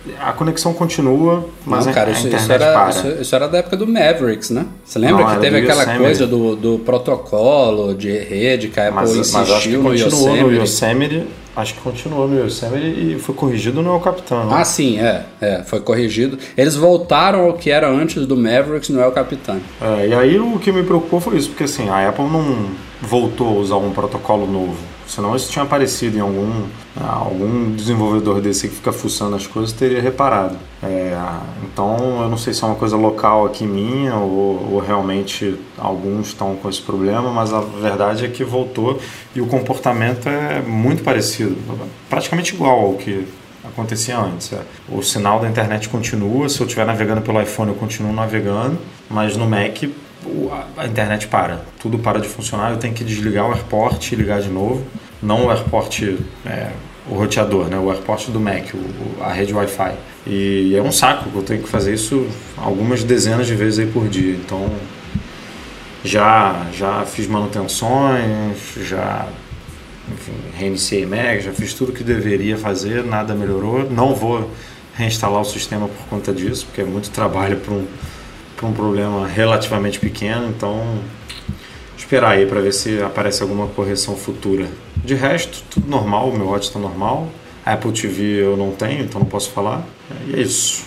D: A conexão continua, mas
B: não, cara,
D: a, a
B: isso,
D: internet
B: isso era,
D: para.
B: Isso, isso era da época do Mavericks, né? Você lembra
D: Não,
B: que teve aquela
D: Yosemite.
B: coisa do, do protocolo de rede que a Apple
D: Mas,
B: insistiu
D: mas acho que
B: no
D: continuou
B: Yosemite?
D: no Yosemite. Acho que continuou no Yosemite e foi corrigido no El Capitan. Não?
B: Ah, sim, é, é. Foi corrigido. Eles voltaram ao que era antes do Mavericks no El Capitan.
D: É, e aí o que me preocupou foi isso, porque assim, a Apple não voltou a usar um protocolo novo. Senão isso tinha aparecido em algum, algum desenvolvedor desse que fica fuçando as coisas teria reparado. É, então eu não sei se é uma coisa local aqui minha ou, ou realmente alguns estão com esse problema, mas a verdade é que voltou e o comportamento é muito parecido, praticamente igual ao que acontecia antes. O sinal da internet continua, se eu estiver navegando pelo iPhone eu continuo navegando, mas no Mac a internet para, tudo para de funcionar, eu tenho que desligar o AirPort e ligar de novo, não o AirPort, é, o roteador, né? O AirPort do Mac, o, a rede Wi-Fi. E é um saco, eu tenho que fazer isso algumas dezenas de vezes aí por dia, então já, já fiz manutenções, já enfim, reiniciei Mac, já fiz tudo que deveria fazer, nada melhorou, não vou reinstalar o sistema por conta disso, porque é muito trabalho para um um problema relativamente pequeno, então esperar aí para ver se aparece alguma correção futura. De resto, tudo normal, o meu watch está normal, a Apple T V eu não tenho, então não posso falar, e é isso.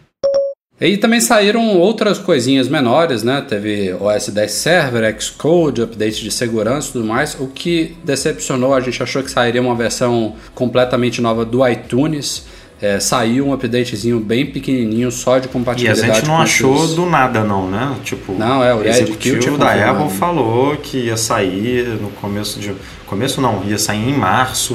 B: E também saíram outras coisinhas menores, né? Teve O S dez Server, Xcode, update de segurança e tudo mais. O que decepcionou, a gente achou que sairia uma versão completamente nova do iTunes. É, saiu um updatezinho bem pequenininho só de compatibilidade.
D: E a gente não
B: com
D: achou
B: os...
D: do nada não, né? Tipo,
B: não, é, o
D: executivo da Apple falou que ia sair no começo de... Começo não, ia sair em março,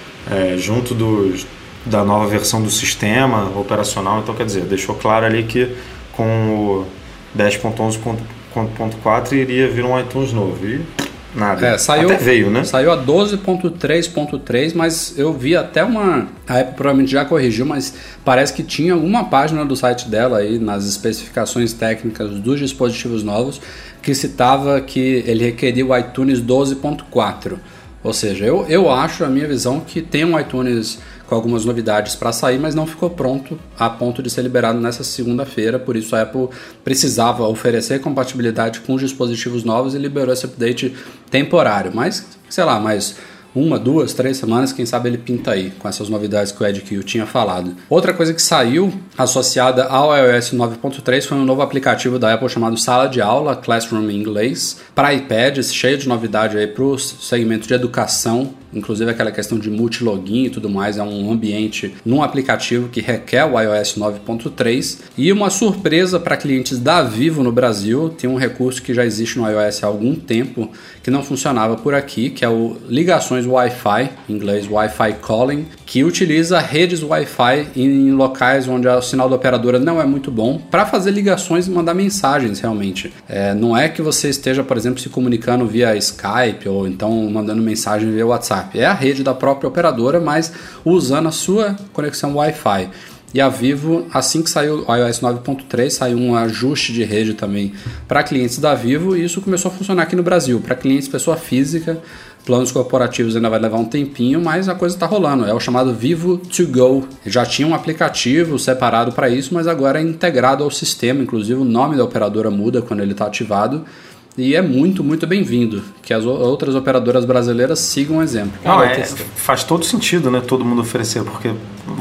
D: é, junto dos, da nova versão do sistema operacional. Então, quer dizer, deixou claro ali que com o dez ponto onze ponto quatro iria vir um iTunes novo. E nada.
B: É, saiu,
D: até veio, né?
B: Saiu a doze ponto três ponto três, mas eu vi até uma... A Apple provavelmente já corrigiu, mas parece que tinha alguma página do site dela aí, nas especificações técnicas dos dispositivos novos, que citava que ele requeria o iTunes doze ponto quatro. Ou seja, eu, eu acho, a minha visão, que tem um iTunes com algumas novidades para sair, mas não ficou pronto a ponto de ser liberado nessa segunda-feira, por isso a Apple precisava oferecer compatibilidade com os dispositivos novos e liberou esse update temporário, mas, sei lá, mais uma, duas, três semanas, quem sabe ele pinta aí, com essas novidades que o Ed Kill tinha falado. Outra coisa que saiu associada ao iOS nove ponto três foi um novo aplicativo da Apple chamado Sala de Aula, Classroom em inglês, para iPads, cheio de novidade aí para o segmento de educação, inclusive aquela questão de multilogin e tudo mais, é um ambiente num aplicativo que requer o iOS nove ponto três. E uma surpresa para clientes da Vivo no Brasil, tem um recurso que já existe no iOS há algum tempo, que não funcionava por aqui, que é o ligações Wi-Fi, em inglês Wi-Fi Calling, que utiliza redes Wi-Fi em locais onde o sinal da operadora não é muito bom, para fazer ligações e mandar mensagens realmente. É, não é que você esteja, por exemplo, se comunicando via Skype ou então mandando mensagem via WhatsApp. É a rede da própria operadora, mas usando a sua conexão Wi-Fi. E a Vivo, assim que saiu o iOS nove ponto três, saiu um ajuste de rede também para clientes da Vivo, e isso começou a funcionar aqui no Brasil. Para clientes pessoa física, planos corporativos ainda vai levar um tempinho, mas a coisa está rolando. É o chamado Vivo to Go. Já tinha um aplicativo separado para isso, mas agora é integrado ao sistema. Inclusive o nome da operadora muda quando ele está ativado. E é muito, muito bem-vindo que as outras operadoras brasileiras sigam o exemplo.
D: Não, é, faz todo sentido, né, todo mundo oferecer, porque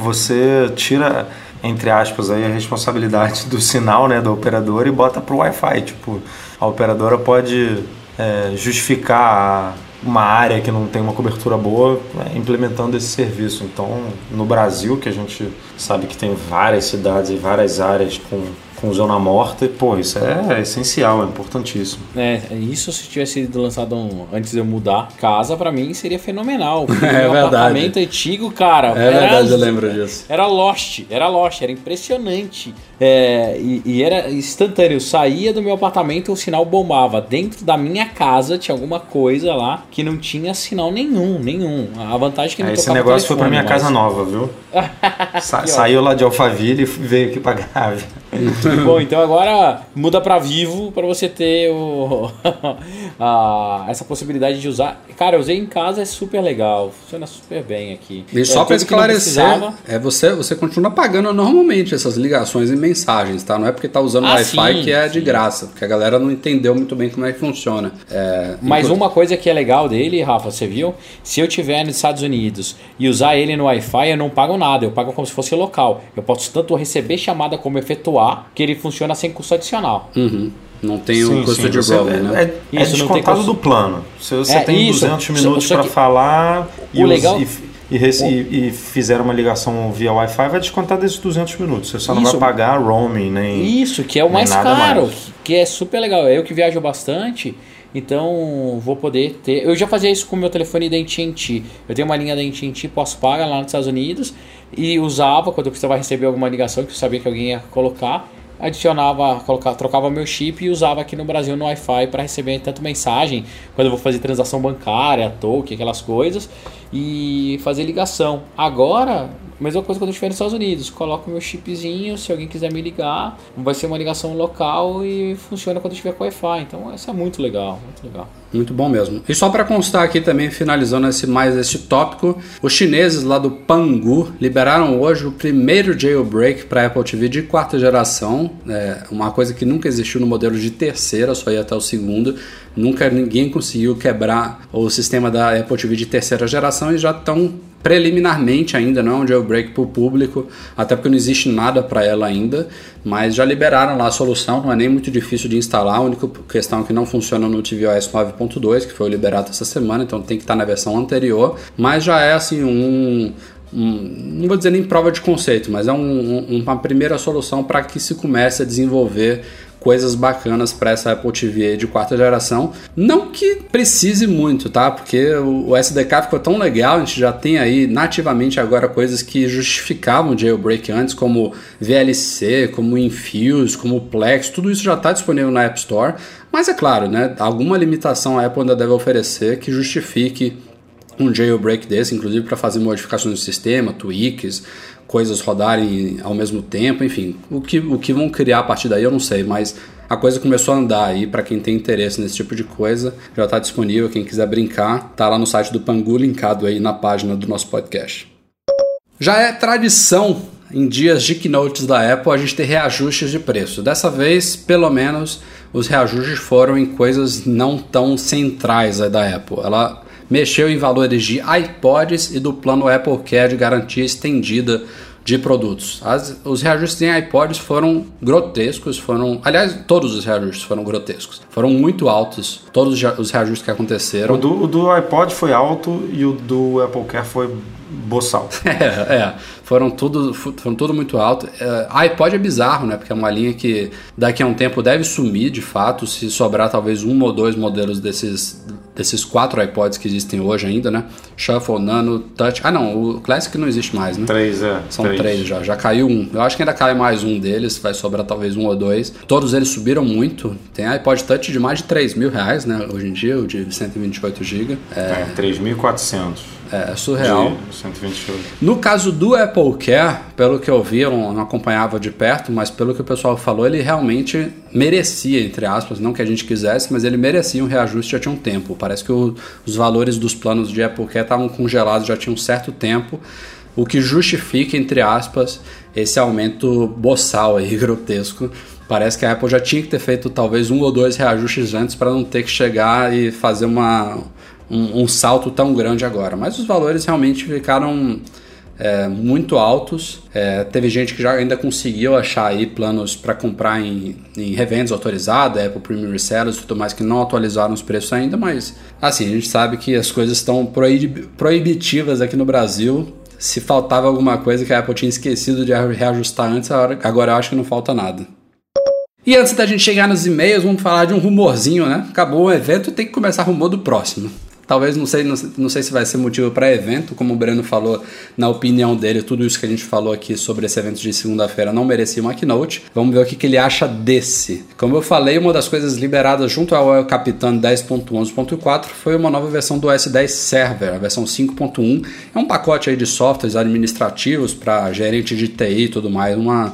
D: você tira, entre aspas, aí, a responsabilidade do sinal, né, da operadora e bota pro Wi-Fi. Tipo, a operadora pode é, justificar uma área que não tem uma cobertura boa, né, implementando esse serviço. Então, no Brasil, que a gente sabe que tem várias cidades e várias áreas com... com zona morta, e pô, isso é, é essencial, é importantíssimo.
C: É, isso se tivesse sido lançado um, antes de eu mudar casa, pra mim seria fenomenal.
B: É
C: meu
B: verdade.
C: Apartamento antigo, cara.
B: É
C: era,
B: verdade, eu lembro disso.
C: Era Lost, era Lost, era impressionante. É, e, e era instantâneo, eu saía do meu apartamento e o sinal bombava. Dentro da minha casa tinha alguma coisa lá que não tinha sinal nenhum, nenhum. A vantagem é que não
D: é,
C: tocava
D: esse negócio
C: telefone,
D: foi pra minha
C: mas...
D: casa nova, viu? Sa- saiu lá de Alphaville e veio aqui pra Gávea.
C: Bom, então agora muda para Vivo para você ter o, a, essa possibilidade de usar. Cara, eu usei em casa, é super legal, funciona super bem aqui.
B: E só
C: é,
B: para esclarecer, é você, você continua pagando normalmente essas ligações e mensagens, tá? Não é porque tá usando
C: ah,
B: Wi-Fi
C: sim,
B: que é
C: sim.
B: de graça, porque a galera não entendeu muito bem como é que funciona. É,
C: Mas
B: inclu...
C: uma coisa que é legal dele, Rafa, você viu? Se eu tiver nos Estados Unidos e usar ele no Wi-Fi, eu não pago nada, eu pago como se fosse local. Eu posso tanto receber chamada como efetuar, que ele funciona sem custo adicional.
B: Uhum. Não tem o um custo
D: sim,
B: de roaming, né?
D: É, é, é descontado do plano. Se você é, tem isso, duzentos minutos para falar e,
C: legal...
D: e, e, e, e fizer uma ligação via Wi-Fi, vai descontar desses duzentos minutos. Você só
C: isso.
D: não vai pagar roaming nem
C: Isso, que é o mais caro, mais. que é super legal. Eu que viajo bastante, então vou poder ter... Eu já fazia isso com o meu telefone da A T and T. Eu tenho uma linha da A T and T pós-paga lá nos Estados Unidos e usava quando eu precisava receber alguma ligação que eu sabia que alguém ia colocar. Adicionava, colocava, trocava meu chip e usava aqui no Brasil no Wi-Fi para receber tanto mensagem, quando eu vou fazer transação bancária, token, aquelas coisas, e fazer ligação. Agora, mesma coisa quando eu estiver nos Estados Unidos, coloco meu chipzinho, se alguém quiser me ligar, vai ser uma ligação local e funciona quando eu estiver com Wi-Fi. Então isso é muito legal, muito legal.
B: Muito bom mesmo. E só para constar aqui também, finalizando esse, mais esse tópico, os chineses lá do Pangu liberaram hoje o primeiro jailbreak para Apple T V de quarta geração, é uma coisa que nunca existiu no modelo de terceira, só ia até o segundo. Nunca ninguém conseguiu quebrar o sistema da Apple T V de terceira geração e já estão preliminarmente ainda, não é um jailbreak para o público, até porque não existe nada para ela ainda, mas já liberaram lá a solução, não é nem muito difícil de instalar, a única questão é que não funciona no tvOS nove ponto dois, que foi liberado essa semana, então tem que estar na versão anterior, mas já é assim um... Um, não vou dizer nem prova de conceito, mas é um, um, uma primeira solução para que se comece a desenvolver coisas bacanas para essa Apple T V de quarta geração. Não que precise muito, tá? Porque o S D K ficou tão legal, a gente já tem aí nativamente agora coisas que justificavam jailbreak antes, como V L C, como Infuse, como Plex, tudo isso já está disponível na App Store. Mas é claro, né? Alguma limitação a Apple ainda deve oferecer que justifique um jailbreak desse, inclusive para fazer modificações no sistema, tweaks, coisas rodarem ao mesmo tempo, enfim, o que, o que vão criar a partir daí eu não sei, mas a coisa começou a andar aí, para quem tem interesse nesse tipo de coisa, já está disponível, quem quiser brincar, tá lá no site do Pangu, linkado aí na página do nosso podcast. Já é tradição em dias de keynotes da Apple a gente ter reajustes de preço. Dessa vez, pelo menos, os reajustes foram em coisas não tão centrais aí da Apple. Ela mexeu em valores de iPods e do plano Apple Care de garantia estendida de produtos. As, os reajustes em iPods foram grotescos, foram, aliás, todos os reajustes foram grotescos, foram muito altos, todos os reajustes que aconteceram.
D: O do, o do iPod foi alto e o do Apple Care foi boçal.
B: É, é, foram tudo, foram tudo muito alto. É, iPod é bizarro, né? Porque é uma linha que daqui a um tempo deve sumir de fato, se sobrar talvez um ou dois modelos desses, desses quatro iPods que existem hoje ainda, né? Shuffle, Nano, Touch. Ah, não, o Classic não existe mais, né?
D: Três, é.
B: São
D: três.
B: três já, já caiu um. Eu acho que ainda cai mais um deles, vai sobrar talvez um ou dois. Todos eles subiram muito. Tem iPod Touch de mais de três mil reais, né? Hoje em dia, o de cento e vinte e oito gigabytes. É,
D: é três mil e quatrocentos.
B: É, é surreal.
D: De cento e vinte e oito.
B: No caso do Apple Care, pelo que eu vi, eu não acompanhava de perto, mas pelo que o pessoal falou, ele realmente merecia, entre aspas, não que a gente quisesse, mas ele merecia um reajuste já tinha um tempo. Parece que o, os valores dos planos de Apple Care estavam congelados já tinha um certo tempo, o que justifica, entre aspas, esse aumento boçal aí, grotesco. Parece que a Apple já tinha que ter feito talvez um ou dois reajustes antes para não ter que chegar e fazer uma... Um, um salto tão grande agora, mas os valores realmente ficaram é, muito altos. É, teve gente que já ainda conseguiu achar aí planos para comprar em, em revendas autorizadas, Apple Premium Resellers e tudo mais, que não atualizaram os preços ainda, mas assim, a gente sabe que as coisas estão proib- proibitivas aqui no Brasil. Se faltava alguma coisa que a Apple tinha esquecido de reajustar antes, agora eu acho que não falta nada. E antes da gente chegar nos e-mails, vamos falar de um rumorzinho, né? Acabou o evento, tem que começar o rumor do próximo. Talvez, não sei, não, não sei se vai ser motivo para evento, como o Breno falou, na opinião dele, tudo isso que a gente falou aqui sobre esse evento de segunda-feira não merecia uma keynote. Vamos ver o que, que ele acha desse. Como eu falei, uma das coisas liberadas junto ao El Capitan dez ponto onze ponto quatro foi uma nova versão do O S dez Server, a versão cinco ponto um. É um pacote aí de softwares administrativos para gerente de T I e tudo mais, uma...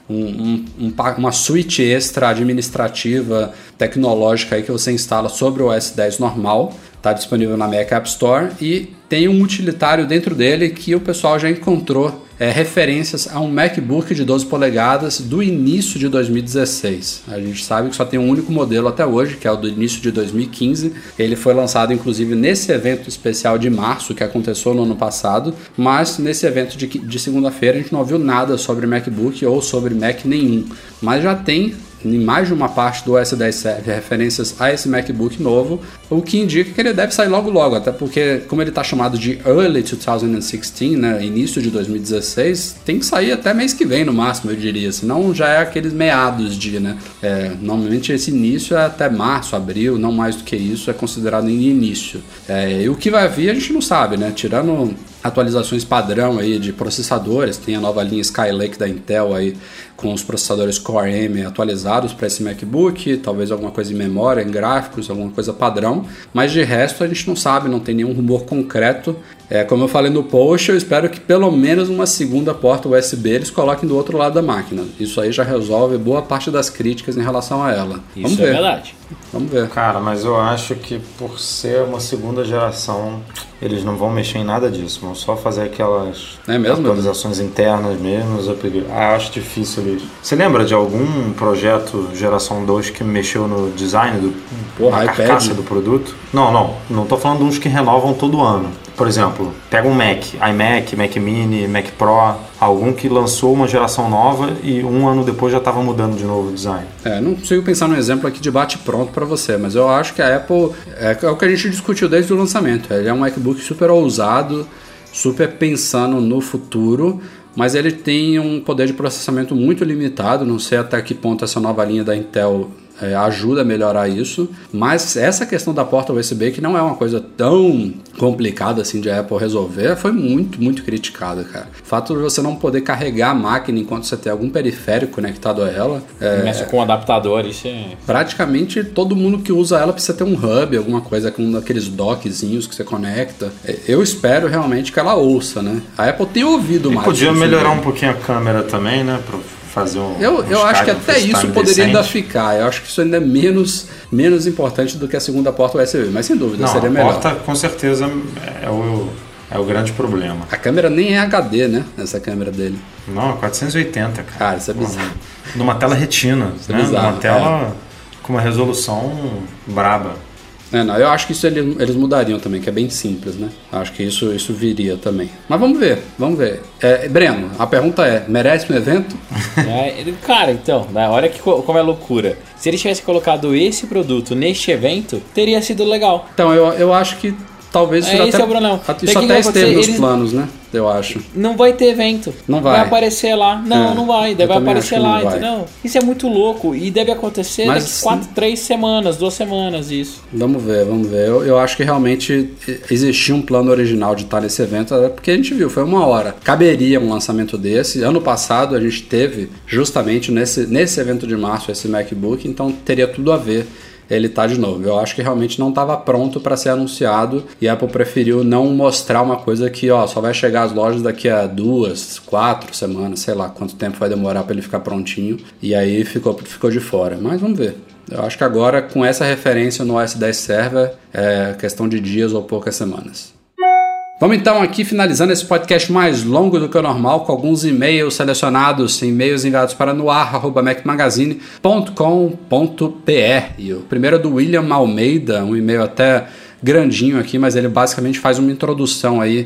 B: um, um, um, uma suíte extra administrativa, tecnológica aí que você instala sobre o O S dez normal. Está disponível na Mac App Store e tem um utilitário dentro dele que o pessoal já encontrou é, referências a um MacBook de doze polegadas do início de dois mil e dezesseis. A gente sabe que só tem um único modelo até hoje, que é o do início de dois mil e quinze. Ele foi lançado inclusive nesse evento especial de março que aconteceu no ano passado, mas nesse evento de, de segunda-feira a gente não ouviu nada sobre MacBook ou sobre Mac nenhum. Mas já tem em mais de uma parte do O S dez serve referências a esse MacBook novo, o que indica que ele deve sair logo logo, até porque como ele está chamado de Early dois mil e dezesseis, né, início de dois mil e dezesseis, tem que sair até mês que vem no máximo, eu diria, senão já é aqueles meados de, né, é, normalmente esse início é até março, abril, não mais do que isso, é considerado em início. É, e o que vai vir a gente não sabe, né, tirando atualizações padrão aí de processadores, tem a nova linha Skylake da Intel aí com os processadores Core M atualizados para esse MacBook, talvez alguma coisa em memória, em gráficos, alguma coisa padrão, mas de resto a gente não sabe, não tem nenhum rumor concreto. É, como eu falei no post, eu espero que pelo menos uma segunda porta U S B eles coloquem do outro lado da máquina. Isso aí já resolve boa parte das críticas em relação a ela.
C: Isso
B: Vamos ver.
C: É verdade.
B: Vamos ver.
D: Cara, mas eu acho que por ser uma segunda geração, eles não vão mexer em nada disso. Vão só fazer aquelas
B: é mesmo,
D: atualizações mesmo? internas mesmo. Ah, acho difícil eles... Você lembra de algum projeto geração dois que mexeu no design do,
B: Porra,
D: na carcaça do produto? Não, não. Não tô falando de uns que renovam todo ano. Por exemplo, pega um Mac, iMac, Mac Mini, Mac Pro, algum que lançou uma geração nova e um ano depois já estava mudando de novo o design.
B: É, não consigo pensar num exemplo aqui de bate-pronto para você, mas eu acho que a Apple é, é o que a gente discutiu desde o lançamento. Ele é um MacBook super ousado, super pensando no futuro, mas ele tem um poder de processamento muito limitado. Não sei até que ponto essa nova linha da Intel É, ajuda a melhorar isso, mas essa questão da porta U S B, que não é uma coisa tão complicada assim de a Apple resolver, foi muito, muito criticada, cara. O fato de você não poder carregar a máquina enquanto você tem algum periférico conectado a ela... É,
C: Começa com um adaptador, isso é...
B: Praticamente todo mundo que usa ela precisa ter um hub, alguma coisa com um daqueles dockzinhos que você conecta. Eu espero realmente que ela ouça, né? A Apple tem ouvido
D: e
B: mais.
D: Podia melhorar um pouquinho a câmera também, né? Pro... fazer um,
B: eu,
D: um
B: eu acho que até isso poderia
D: decente.
B: ainda ficar. Eu acho que isso ainda é menos, menos importante do que a segunda porta U S B, mas sem dúvida
D: Não,
B: seria
D: a
B: melhor.
D: porta com certeza é o, é o grande problema.
B: A câmera nem é H D, né? Essa câmera dele.
D: Não, quatrocentos e oitenta, cara.
B: Cara, isso é bizarro.
D: Numa tela retina,
B: isso
D: né?
B: É bizarro,
D: Numa tela
B: é.
D: com uma resolução braba.
B: É, não, eu acho que isso eles, eles mudariam também, que é bem simples, né? Acho que isso, isso viria também. Mas vamos ver, vamos ver. É, Breno, a pergunta é, merece um evento?
C: É, cara, então, né, olha que, como é loucura. Se eles tivessem colocado esse produto neste evento, teria sido legal.
B: Então, eu, eu acho que talvez
C: é,
B: isso
C: esse
B: até,
C: é o problema.
B: isso até esteve nos
C: eles...
B: planos, né? Eu acho.
C: Não vai ter evento.
B: Não vai.
C: Vai aparecer lá. Não,
B: é,
C: não vai. Deve aparecer lá,
B: vai.
C: entendeu? Isso é muito louco. E deve acontecer
B: Mas,
C: daqui quatro, três semanas, duas semanas, isso.
B: Vamos ver, vamos ver. Eu, eu acho que realmente existia um plano original de estar nesse evento, porque a gente viu, foi uma hora. Caberia um lançamento desse. Ano passado a gente teve justamente nesse, nesse evento de março esse MacBook, então teria tudo a ver ele tá de novo. Eu acho que realmente não estava pronto para ser anunciado e a Apple preferiu não mostrar uma coisa que ó, só vai chegar às lojas daqui a duas, quatro semanas, sei lá quanto tempo vai demorar para ele ficar prontinho, e aí ficou, ficou de fora. Mas vamos ver. Eu acho que agora com essa referência no O S dez Server é questão de dias ou poucas semanas. Vamos então aqui finalizando esse podcast mais longo do que o normal, com alguns e-mails selecionados, e-mails enviados para noar arroba mac magazine ponto com ponto b r. O primeiro é do William Almeida, um e-mail até grandinho aqui, mas ele basicamente faz uma introdução aí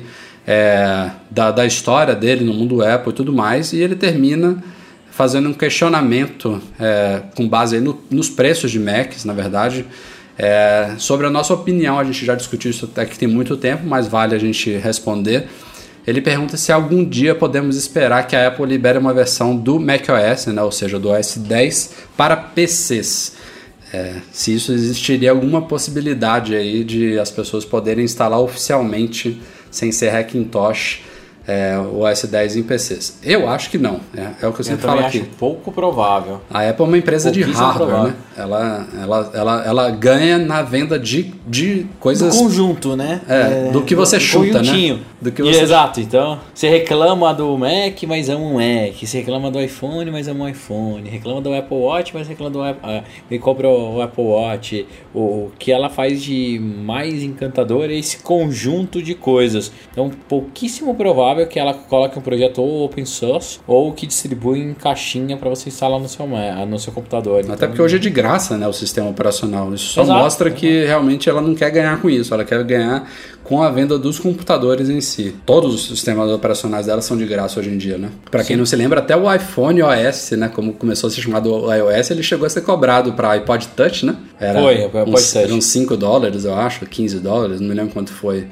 B: é, da, da história dele no mundo Apple e tudo mais, e ele termina fazendo um questionamento é, com base aí no, nos preços de Macs, na verdade. É, sobre a nossa opinião, a gente já discutiu isso até que tem muito tempo, mas vale a gente responder. Ele pergunta se algum dia podemos esperar que a Apple libere uma versão do macOS, né, ou seja, do O S dez, para P Cs. É, se isso existiria alguma possibilidade aí de as pessoas poderem instalar oficialmente, sem ser Hackintosh, É, o O S dez em P Cs. Eu acho que não. É, é o que eu sempre
C: eu
B: falo
C: acho
B: aqui.
C: pouco provável.
B: A Apple é uma empresa de hardware,
C: provável.
B: né? Ela, ela, ela, ela ganha na venda de, de coisas...
C: Do conjunto, né?
B: É, do que você
C: do
B: chuta, né? do que você...
C: Exato, então você reclama do Mac, mas ama um Mac. Você reclama do iPhone, mas ama um iPhone. Reclama do Apple Watch, mas reclama do uh, e compra o Apple Watch. O que ela faz de mais encantador é esse conjunto de coisas. Então, pouquíssimo provável que ela coloque um projeto ou open source ou que distribui em caixinha para você instalar no seu, no seu computador.
B: Até
C: então,
B: porque hoje é de graça, né, o sistema operacional. Isso só
C: Exato.
B: mostra que realmente ela não quer ganhar com isso. Ela quer ganhar com a venda dos computadores em si. Todos os sistemas operacionais dela são de graça hoje em dia, né? Para quem não se lembra, até o iPhone O S, né, como começou a ser chamado o iOS, ele chegou a ser cobrado para iPod Touch, né? Era
C: Foi, o iPod
B: uns,
C: Touch.
B: Eram cinco dólares, eu acho, quinze dólares, não me lembro quanto foi.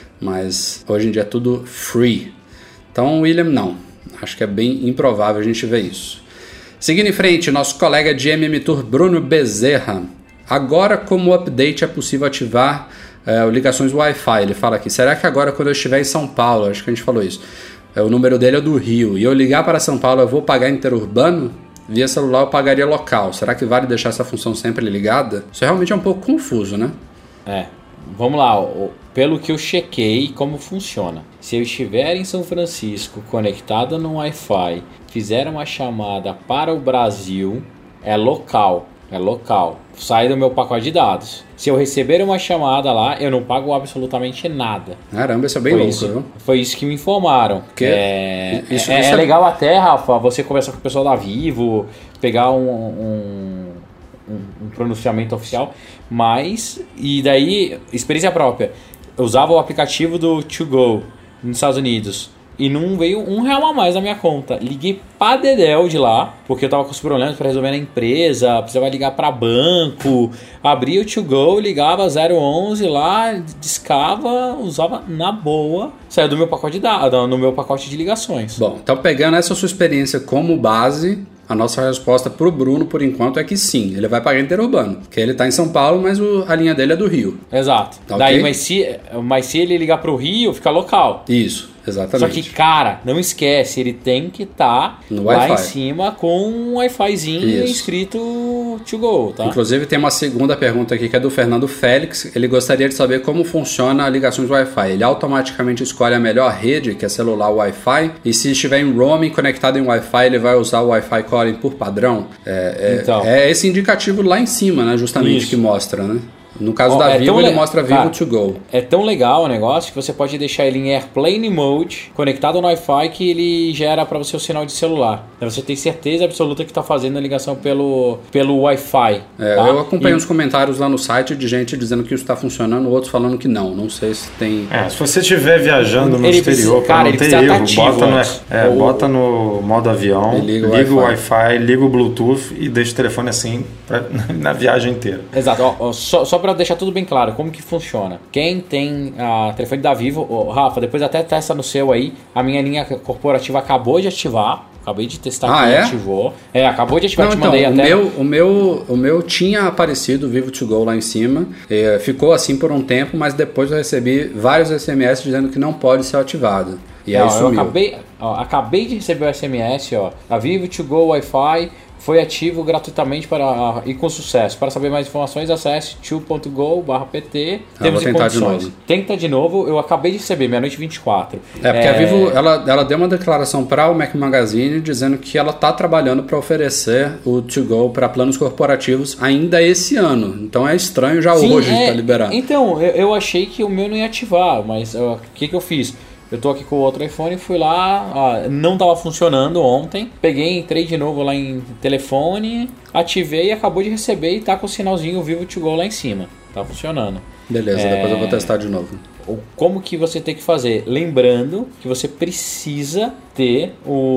B: Mas hoje em dia é tudo free. Então, William, não. Acho que é bem improvável a gente ver isso. Seguindo em frente, nosso colega de M M Tour, Bruno Bezerra. Agora, como update, é possível ativar é, ligações Wi-Fi. Ele fala aqui, será que agora quando eu estiver em São Paulo, acho que a gente falou isso, é, o número dele é do Rio, e eu ligar para São Paulo, eu vou pagar interurbano? Via celular eu pagaria local. Será que vale deixar essa função sempre ligada? Isso realmente é um pouco confuso, né?
C: É, vamos lá. Pelo que eu chequei, como funciona. Se eu estiver em São Francisco conectado no Wi-Fi, fizer uma chamada para o Brasil, é local. É local. Sai do meu pacote de dados. Se eu receber uma chamada lá, eu não pago absolutamente nada.
B: Caramba, isso é bem
C: foi
B: louco,
C: isso,
B: viu?
C: Foi isso que me informaram.
B: Porque
C: é,
B: isso,
C: é,
B: isso
C: é
B: é
C: legal até, Rafa, você conversar com o pessoal da Vivo, pegar um, um, um, um pronunciamento oficial, mas, e daí, experiência própria. Eu usava o aplicativo do To Go nos Estados Unidos. E não veio um real a mais na minha conta. Liguei pra Dedéu de lá, porque eu tava com os problemas para resolver na empresa, precisava ligar para banco, abria o To Go, ligava zero onze lá, discava, usava na boa, saiu do meu pacote de dados, no meu pacote de ligações.
B: Bom, então pegando essa sua experiência como base, a nossa resposta pro Bruno, por enquanto, é que sim, ele vai pagar interurbano, porque ele tá em São Paulo, mas o, a linha dele é do Rio.
C: Exato.
B: Tá,
C: Daí,
B: okay?
C: mas, se, mas se ele ligar pro Rio, fica local.
B: Isso. Exatamente.
C: Só que, cara, não esquece, ele tem que estar tá lá em cima com um Wi-Fizinho escrito To Go, tá?
B: Inclusive tem uma segunda pergunta aqui que é do Fernando Félix. Ele gostaria de saber como funciona a ligações Wi-Fi. Ele automaticamente escolhe a melhor rede, que é celular Wi-Fi, e se estiver em roaming conectado em Wi-Fi, ele vai usar o Wi-Fi calling por padrão. É, é, então, é esse indicativo lá em cima, né? Justamente, isso. que mostra, né? No caso oh, da é Vivo, ele le... mostra Vivo Cara, To Go.
C: É tão legal o negócio que você pode deixar ele em Airplane Mode, conectado no Wi-Fi, que ele gera para você o sinal de celular. Então você tem certeza absoluta que está fazendo a ligação pelo, pelo Wi-Fi.
B: É,
C: tá?
B: Eu acompanhei
C: e...
B: uns comentários lá no site de gente dizendo que isso está funcionando, outros falando que não. Não sei se tem...
D: É, se você estiver viajando no
C: ele
D: exterior para não ter erro, bota no, é,
C: Ou...
D: bota no modo avião, liga o, liga o Wi-Fi, liga o Bluetooth e deixa o telefone assim pra, na viagem inteira.
C: Exato. Ó, ó, só só para deixar tudo bem claro, como que funciona? Quem tem a telefone da Vivo, oh, Rafa, depois até testa no seu aí, a minha linha corporativa acabou de ativar, acabei de testar
B: ah,
C: que
B: é?
C: ativou. É, acabou de ativar,
B: Não,
C: te
B: então,
C: mandei
B: o
C: até.
B: Meu, o, meu, o meu tinha aparecido Vivo To Go lá em cima, é, ficou assim por um tempo, mas depois eu recebi vários S M S dizendo que não pode ser ativado. E aí sumiu.
C: Eu acabei, ó, acabei de receber o S M S, ó, a Vivo To Go Wi-Fi foi ativo gratuitamente para, e com sucesso. Para saber mais informações, acesse to ponto go barra p t.
B: Ah, Temos vou tentar de novo.
C: Tenta de novo. Eu acabei de receber, meia-noite e vinte e quatro.
B: É, porque é... a Vivo ela, ela deu uma declaração para o Mac Magazine dizendo que ela está trabalhando para oferecer o To Go para planos corporativos ainda esse ano. Então é estranho já Sim, hoje
C: é...
B: estar liberado.
C: Então, eu, eu achei que o meu não ia ativar, mas o que, que eu fiz? Eu tô aqui com o outro iPhone, fui lá, ó, não tava funcionando ontem, peguei, entrei de novo lá em telefone, ativei e acabou de receber e tá com o sinalzinho Vivo To Go lá em cima, tá funcionando.
B: Beleza, é... depois eu vou testar de novo.
C: Como que você tem que fazer? Lembrando que você precisa ter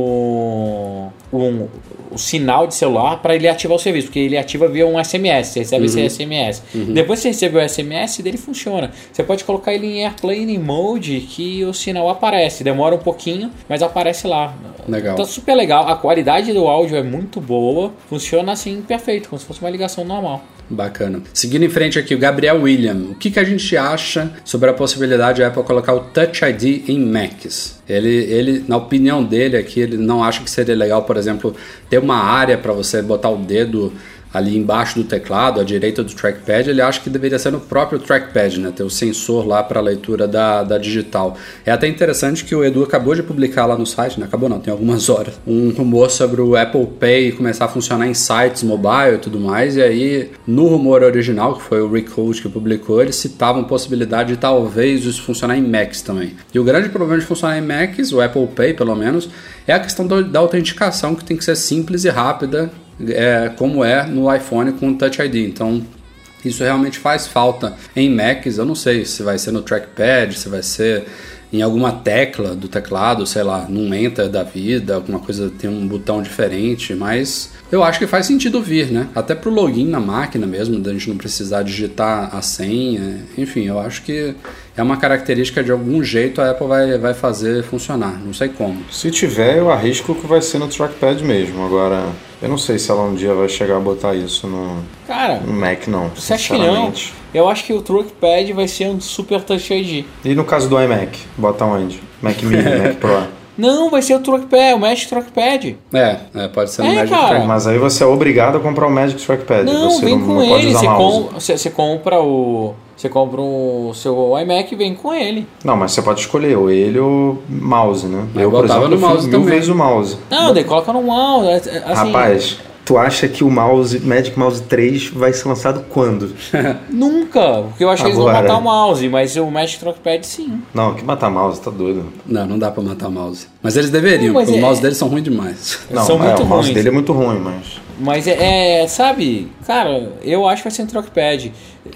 C: o, um, o sinal de celular para ele ativar o serviço, porque ele ativa via um S M S, você recebe uhum. esse S M S. Uhum. Depois que você recebe o S M S, dele funciona. Você pode colocar ele em Airplane Mode que o sinal aparece. Demora um pouquinho, mas aparece lá.
B: Legal.
C: Tá super legal. A qualidade do áudio é muito boa. Funciona assim, perfeito, como se fosse uma ligação normal.
B: Bacana. Seguindo em frente aqui, o Gabriel William. O que, que a gente acha sobre a possibilidade de a Apple colocar o Touch I D em Macs? Ele, ele, na opinião dele aqui, ele não acha que seria legal, por exemplo, ter uma área para você botar o dedo ali embaixo do teclado, à direita do trackpad, ele acha que deveria ser no próprio trackpad, né? Ter o sensor lá para a leitura da, da digital. É até interessante que o Edu acabou de publicar lá no site, não acabou não, tem algumas horas, um rumor sobre o Apple Pay começar a funcionar em sites mobile e tudo mais, e aí no rumor original, que foi o Rick Holt que publicou, eles citavam possibilidade de talvez isso funcionar em Macs também. E o grande problema de funcionar em Macs, o Apple Pay pelo menos, é a questão da autenticação, que tem que ser simples e rápida, é, como é no iPhone com o Touch I D. Então isso realmente faz falta em Macs. Eu não sei se vai ser no trackpad, se vai ser em alguma tecla do teclado, sei lá, num Enter da vida, alguma coisa, tem um botão diferente, mas eu acho que faz sentido vir, né? Até pro login na máquina mesmo, da gente não precisar digitar a senha, enfim, eu acho que é uma característica, de algum jeito a Apple vai, vai fazer funcionar, não sei como.
D: Se tiver, eu arrisco que vai ser no trackpad mesmo. Agora, eu não sei se ela um dia vai chegar a botar isso no,
C: Cara,
D: no Mac, não.
C: Você acha que não? Eu acho que o trackpad vai ser um Super Touch I D.
D: E no caso do iMac, bota onde? Mac Mini, Mac Pro?
C: Não, vai ser o trackpad, o Magic Trackpad.
B: É, é pode ser no
C: É,
B: Magic
C: cara.
B: Trackpad.
D: Mas aí você é obrigado a comprar o Magic Trackpad.
C: Não,
D: você
C: vem
D: não,
C: com
D: não pode
C: ele.
D: usar
C: Você,
D: mouse.
C: com, você, você compra o. Você compra o seu iMac e vem com ele.
D: Não, mas você pode escolher ou ele ou mouse, né?
B: Eu botava no mouse
D: mil
B: também.
D: vezes o mouse.
C: Não, daí coloca no mouse. Assim,
D: Rapaz, tu acha que o mouse Magic Mouse três vai ser lançado quando?
C: Nunca, porque eu acho que eles vão
D: Agora.
C: matar o mouse, mas o Magic Trackpad sim.
D: Não, que matar mouse, tá doido.
B: Não, não dá pra matar o mouse. Mas eles deveriam,
C: Não, mas
B: porque
C: é-
B: os mouse deles são ruins demais.
D: Não,
C: São
D: é,
C: muito
D: o mouse
C: ruins.
D: dele é muito ruim, mas...
C: Mas é, é, sabe, cara, eu acho que vai ser um trackpad.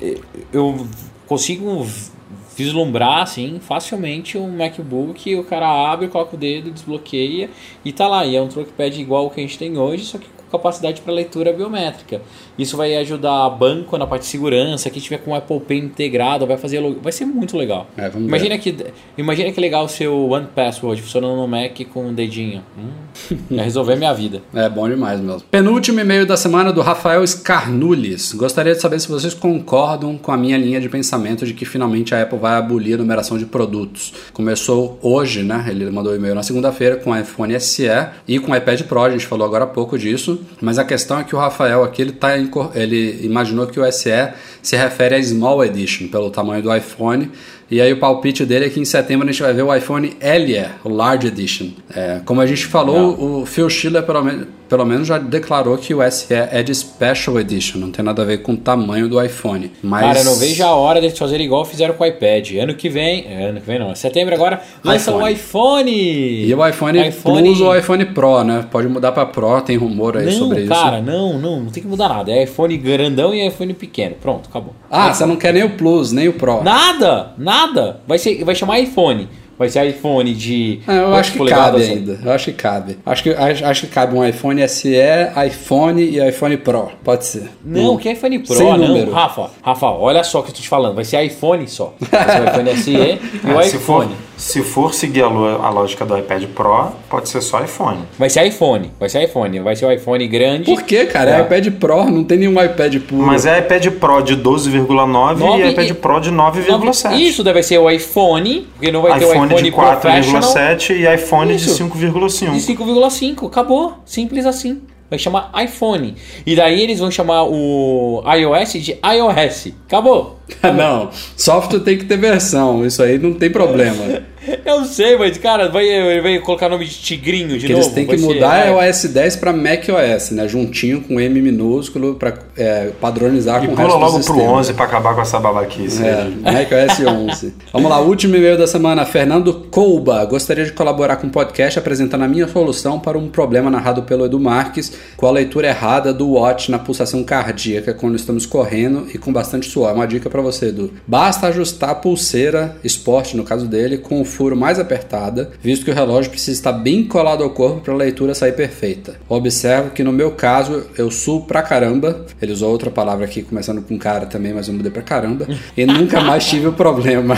C: Eu consigo vislumbrar, assim, facilmente um MacBook, o cara abre, coloca o dedo, desbloqueia e tá lá. E é um trackpad igual o que a gente tem hoje, só que com capacidade para leitura biométrica. Isso vai ajudar banco na parte de segurança, quem tiver com o Apple Pay integrado, vai fazer log... vai ser muito legal.
B: É, vamos
C: imagina que imagina que legal o seu One Password funcionando no Mac com um dedinho. Hum, vai resolver minha vida.
B: É bom demais mesmo. Penúltimo e-mail da semana do Rafael Scarnulis. Gostaria de saber se vocês concordam com a minha linha de pensamento de que finalmente a Apple vai abolir a numeração de produtos. Começou hoje, né? Ele mandou o e-mail na segunda-feira com o iPhone S E e com o iPad Pro, a gente falou agora há pouco disso, mas a questão é que o Rafael aqui, ele, tá, ele imaginou que o S E se refere a Small Edition, pelo tamanho do iPhone. E aí o palpite dele é que em setembro a gente vai ver o iPhone L E, o Large Edition. É, como a gente falou, não. O Phil Schiller pelo, men- pelo menos já declarou que o S E é de Special Edition, não tem nada a ver com o tamanho do iPhone. Mas...
C: Cara, eu não vejo a hora deles fazerem igual fizeram com o iPad. Ano que vem, ano que vem não, setembro agora, lança o iPhone!
B: E o iPhone,
C: iPhone
B: Plus ou o iPhone Pro, né? Pode mudar para Pro, tem rumor aí
C: não,
B: sobre
C: cara,
B: isso.
C: Cara, não, não, não tem que mudar nada. É iPhone grandão e iPhone pequeno. Pronto, acabou.
B: Ah, iPhone. Você não quer nem o Plus, nem o Pro.
C: Nada, nada. Vai, ser, vai chamar iPhone. Vai ser iPhone de...
B: Ah, eu acho que cabe assim. ainda. Eu acho que cabe. Acho que, acho, acho que cabe um iPhone S E, iPhone e iPhone Pro. Pode ser.
C: Não, hum. que iPhone Pro,
B: Sem
C: não.
B: número.
C: Rafa, Rafa, olha só o que eu tô te falando. Vai ser iPhone só. Vai ser o iPhone S E e
D: é,
C: o
D: se
C: iPhone.
D: For, se for seguir a, lo, a lógica do iPad Pro, pode ser só iPhone.
C: Vai ser iPhone. Vai ser iPhone. Vai ser o iPhone grande.
B: Por que, cara? É, é iPad Pro. Não tem nenhum iPad puro.
D: Mas é iPad Pro de doze vírgula nove e iPad Pro de nove vírgula sete.
C: Isso deve ser o iPhone, porque não vai
D: iPhone
C: ter o iPhone
D: de quatro vírgula
C: Professional.
D: sete e iPhone
C: Isso.
D: de cinco vírgula cinco.
C: De cinco vírgula cinco, acabou. Simples assim. Vai chamar iPhone. E daí eles vão chamar o iOS de iOS. Acabou.
B: Não, software tem que ter versão. Isso aí não tem problema.
C: Eu sei, mas, cara, vai, vai colocar nome de tigrinho de
B: que
C: novo.
B: Eles têm que
C: vai
B: mudar
C: ser,
B: é o iOS dez para macOS, né? Juntinho com M minúsculo para é, padronizar
D: e
B: com o
D: resto
B: resto
D: logo
B: do
D: pro
B: sistema.
D: onze para acabar com essa babaquice.
B: É, macOS onze. Vamos lá, último e-mail da semana. Fernando Couba. Gostaria de colaborar com o podcast apresentando a minha solução para um problema narrado pelo Edu Marques com a leitura errada do watch na pulsação cardíaca quando estamos correndo e com bastante suor. Uma dica para você, Edu. Basta ajustar a pulseira Sport, no caso dele, com o furo mais apertada, visto que o relógio precisa estar bem colado ao corpo para a leitura sair perfeita. Observo que no meu caso eu suo pra caramba, ele usou outra palavra aqui começando com cara também, mas eu mudei pra caramba, e nunca mais tive o problema.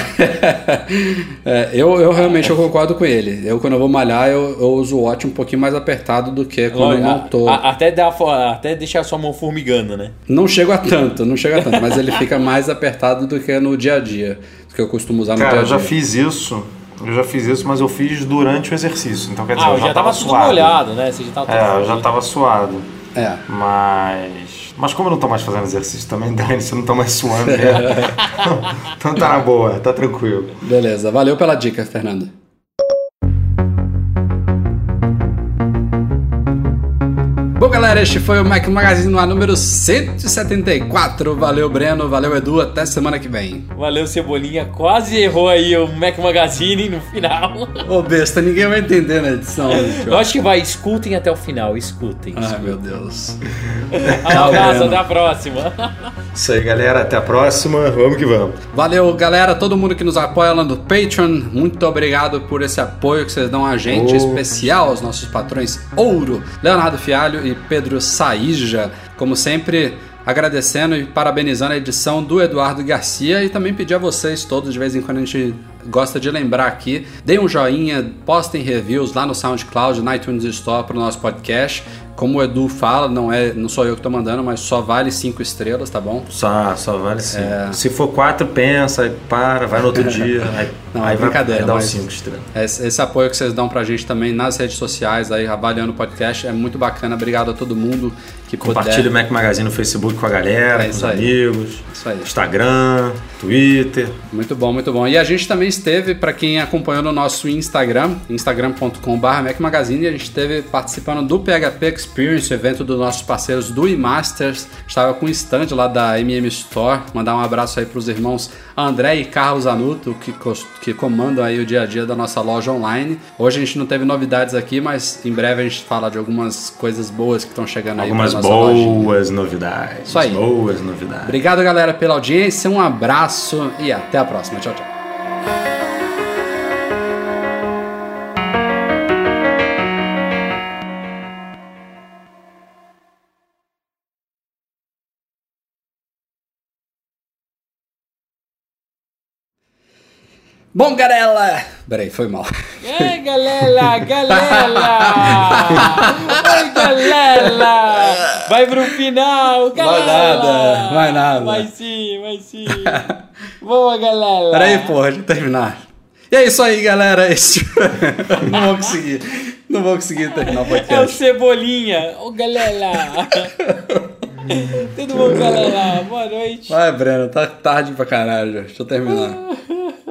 B: é, eu, eu realmente eu concordo com ele. Eu quando eu vou malhar eu, eu uso o watch um pouquinho mais apertado do que quando eu não tô...
C: A, até, dá, até deixar a sua mão formigando, né?
B: Não chego a tanto, não chego a tanto, mas ele fica mais apertado do que no dia a dia, do que eu costumo usar no
D: Cara,
B: dia a dia.
D: eu já fiz isso... Eu já fiz isso, mas eu fiz durante o exercício. Então, quer dizer,
C: ah,
D: eu já,
C: já tava,
D: tava
C: tudo
D: suado.
C: molhado, né? Você já tava
D: é, eu já tava suado.
B: É.
D: Mas. Mas como eu não tô mais fazendo exercício também, dane-se, eu não tô mais suando. Né? Então tá na boa, tá tranquilo.
B: Beleza, valeu pela dica, Fernando. Bom, galera, este foi o Mac Magazine no ar número cento e setenta e quatro. Valeu, Breno. Valeu, Edu. Até semana que vem.
C: Valeu, Cebolinha. Quase errou aí o Mac Magazine no final.
B: Ô, besta, ninguém vai entender na edição.
C: Eu acho que vai. Escutem até o final. Escutem.
B: Ai,
C: escutem.
B: meu Deus.
C: Um abraço, até a próxima.
D: Isso aí, galera. Até a próxima. Vamos que vamos.
B: Valeu, galera. Todo mundo que nos apoia lá no Patreon. Muito obrigado por esse apoio que vocês dão a gente.
D: Oh.
B: Especial aos nossos patrões Ouro, Leonardo Fialho e Pedro Saíja. Como sempre, agradecendo e parabenizando a edição do Eduardo Garcia e também pedir a vocês todos, de vez em quando a gente gosta de lembrar aqui, deem um joinha, postem reviews lá no SoundCloud, na iTunes Store para o nosso podcast. Como o Edu fala, não, é, não sou eu que estou mandando, mas só vale cinco estrelas, tá bom?
D: Só, só vale cinco. É... Se for quatro, pensa, aí para, vai no outro dia, aí,
B: não,
D: aí
B: é brincadeira,
D: vai, aí dá
B: mas
D: os cinco estrelas.
B: Esse, esse apoio que vocês dão pra gente também nas redes sociais, aí avaliando o podcast, é muito bacana. Obrigado a todo mundo que
D: compartilha
B: puder.
D: o Mac Magazine no Facebook com a galera,
B: é
D: com os
B: aí.
D: amigos,
B: isso aí.
D: Instagram, Twitter.
B: Muito bom, muito bom. E a gente também esteve, para quem acompanhou no nosso Instagram, instagram ponto com barra Mac Magazine, a gente esteve participando do P H P Experience, evento dos nossos parceiros do eMasters. Estava com o stand lá da M M Store. Mandar um abraço aí para os irmãos André e Carlos Anuto, que, que comandam aí o dia a dia da nossa loja online. Hoje a gente não teve novidades aqui, mas em breve a gente fala de algumas coisas boas que estão chegando aí.
D: Algumas
B: nossa
D: boas
B: lojinha.
D: novidades.
B: Isso aí.
D: Boas novidades.
B: Obrigado, galera, pela audiência. Um abraço e até a próxima. Tchau, tchau. Bom, galera! Peraí, foi mal.
C: Ei, galera, galera! Oi, galera! Vai pro final, galera!
B: Vai nada, vai nada.
C: Vai sim, vai sim. Boa, galera!
B: Peraí, porra, deixa eu terminar. E é isso aí, galera. Esse... Não vou conseguir. Não vou conseguir terminar o podcast.
C: É o Cebolinha. Ô, galera! Tudo bom, galera? Boa noite.
B: Vai, Breno, tá tarde pra caralho. Deixa eu terminar.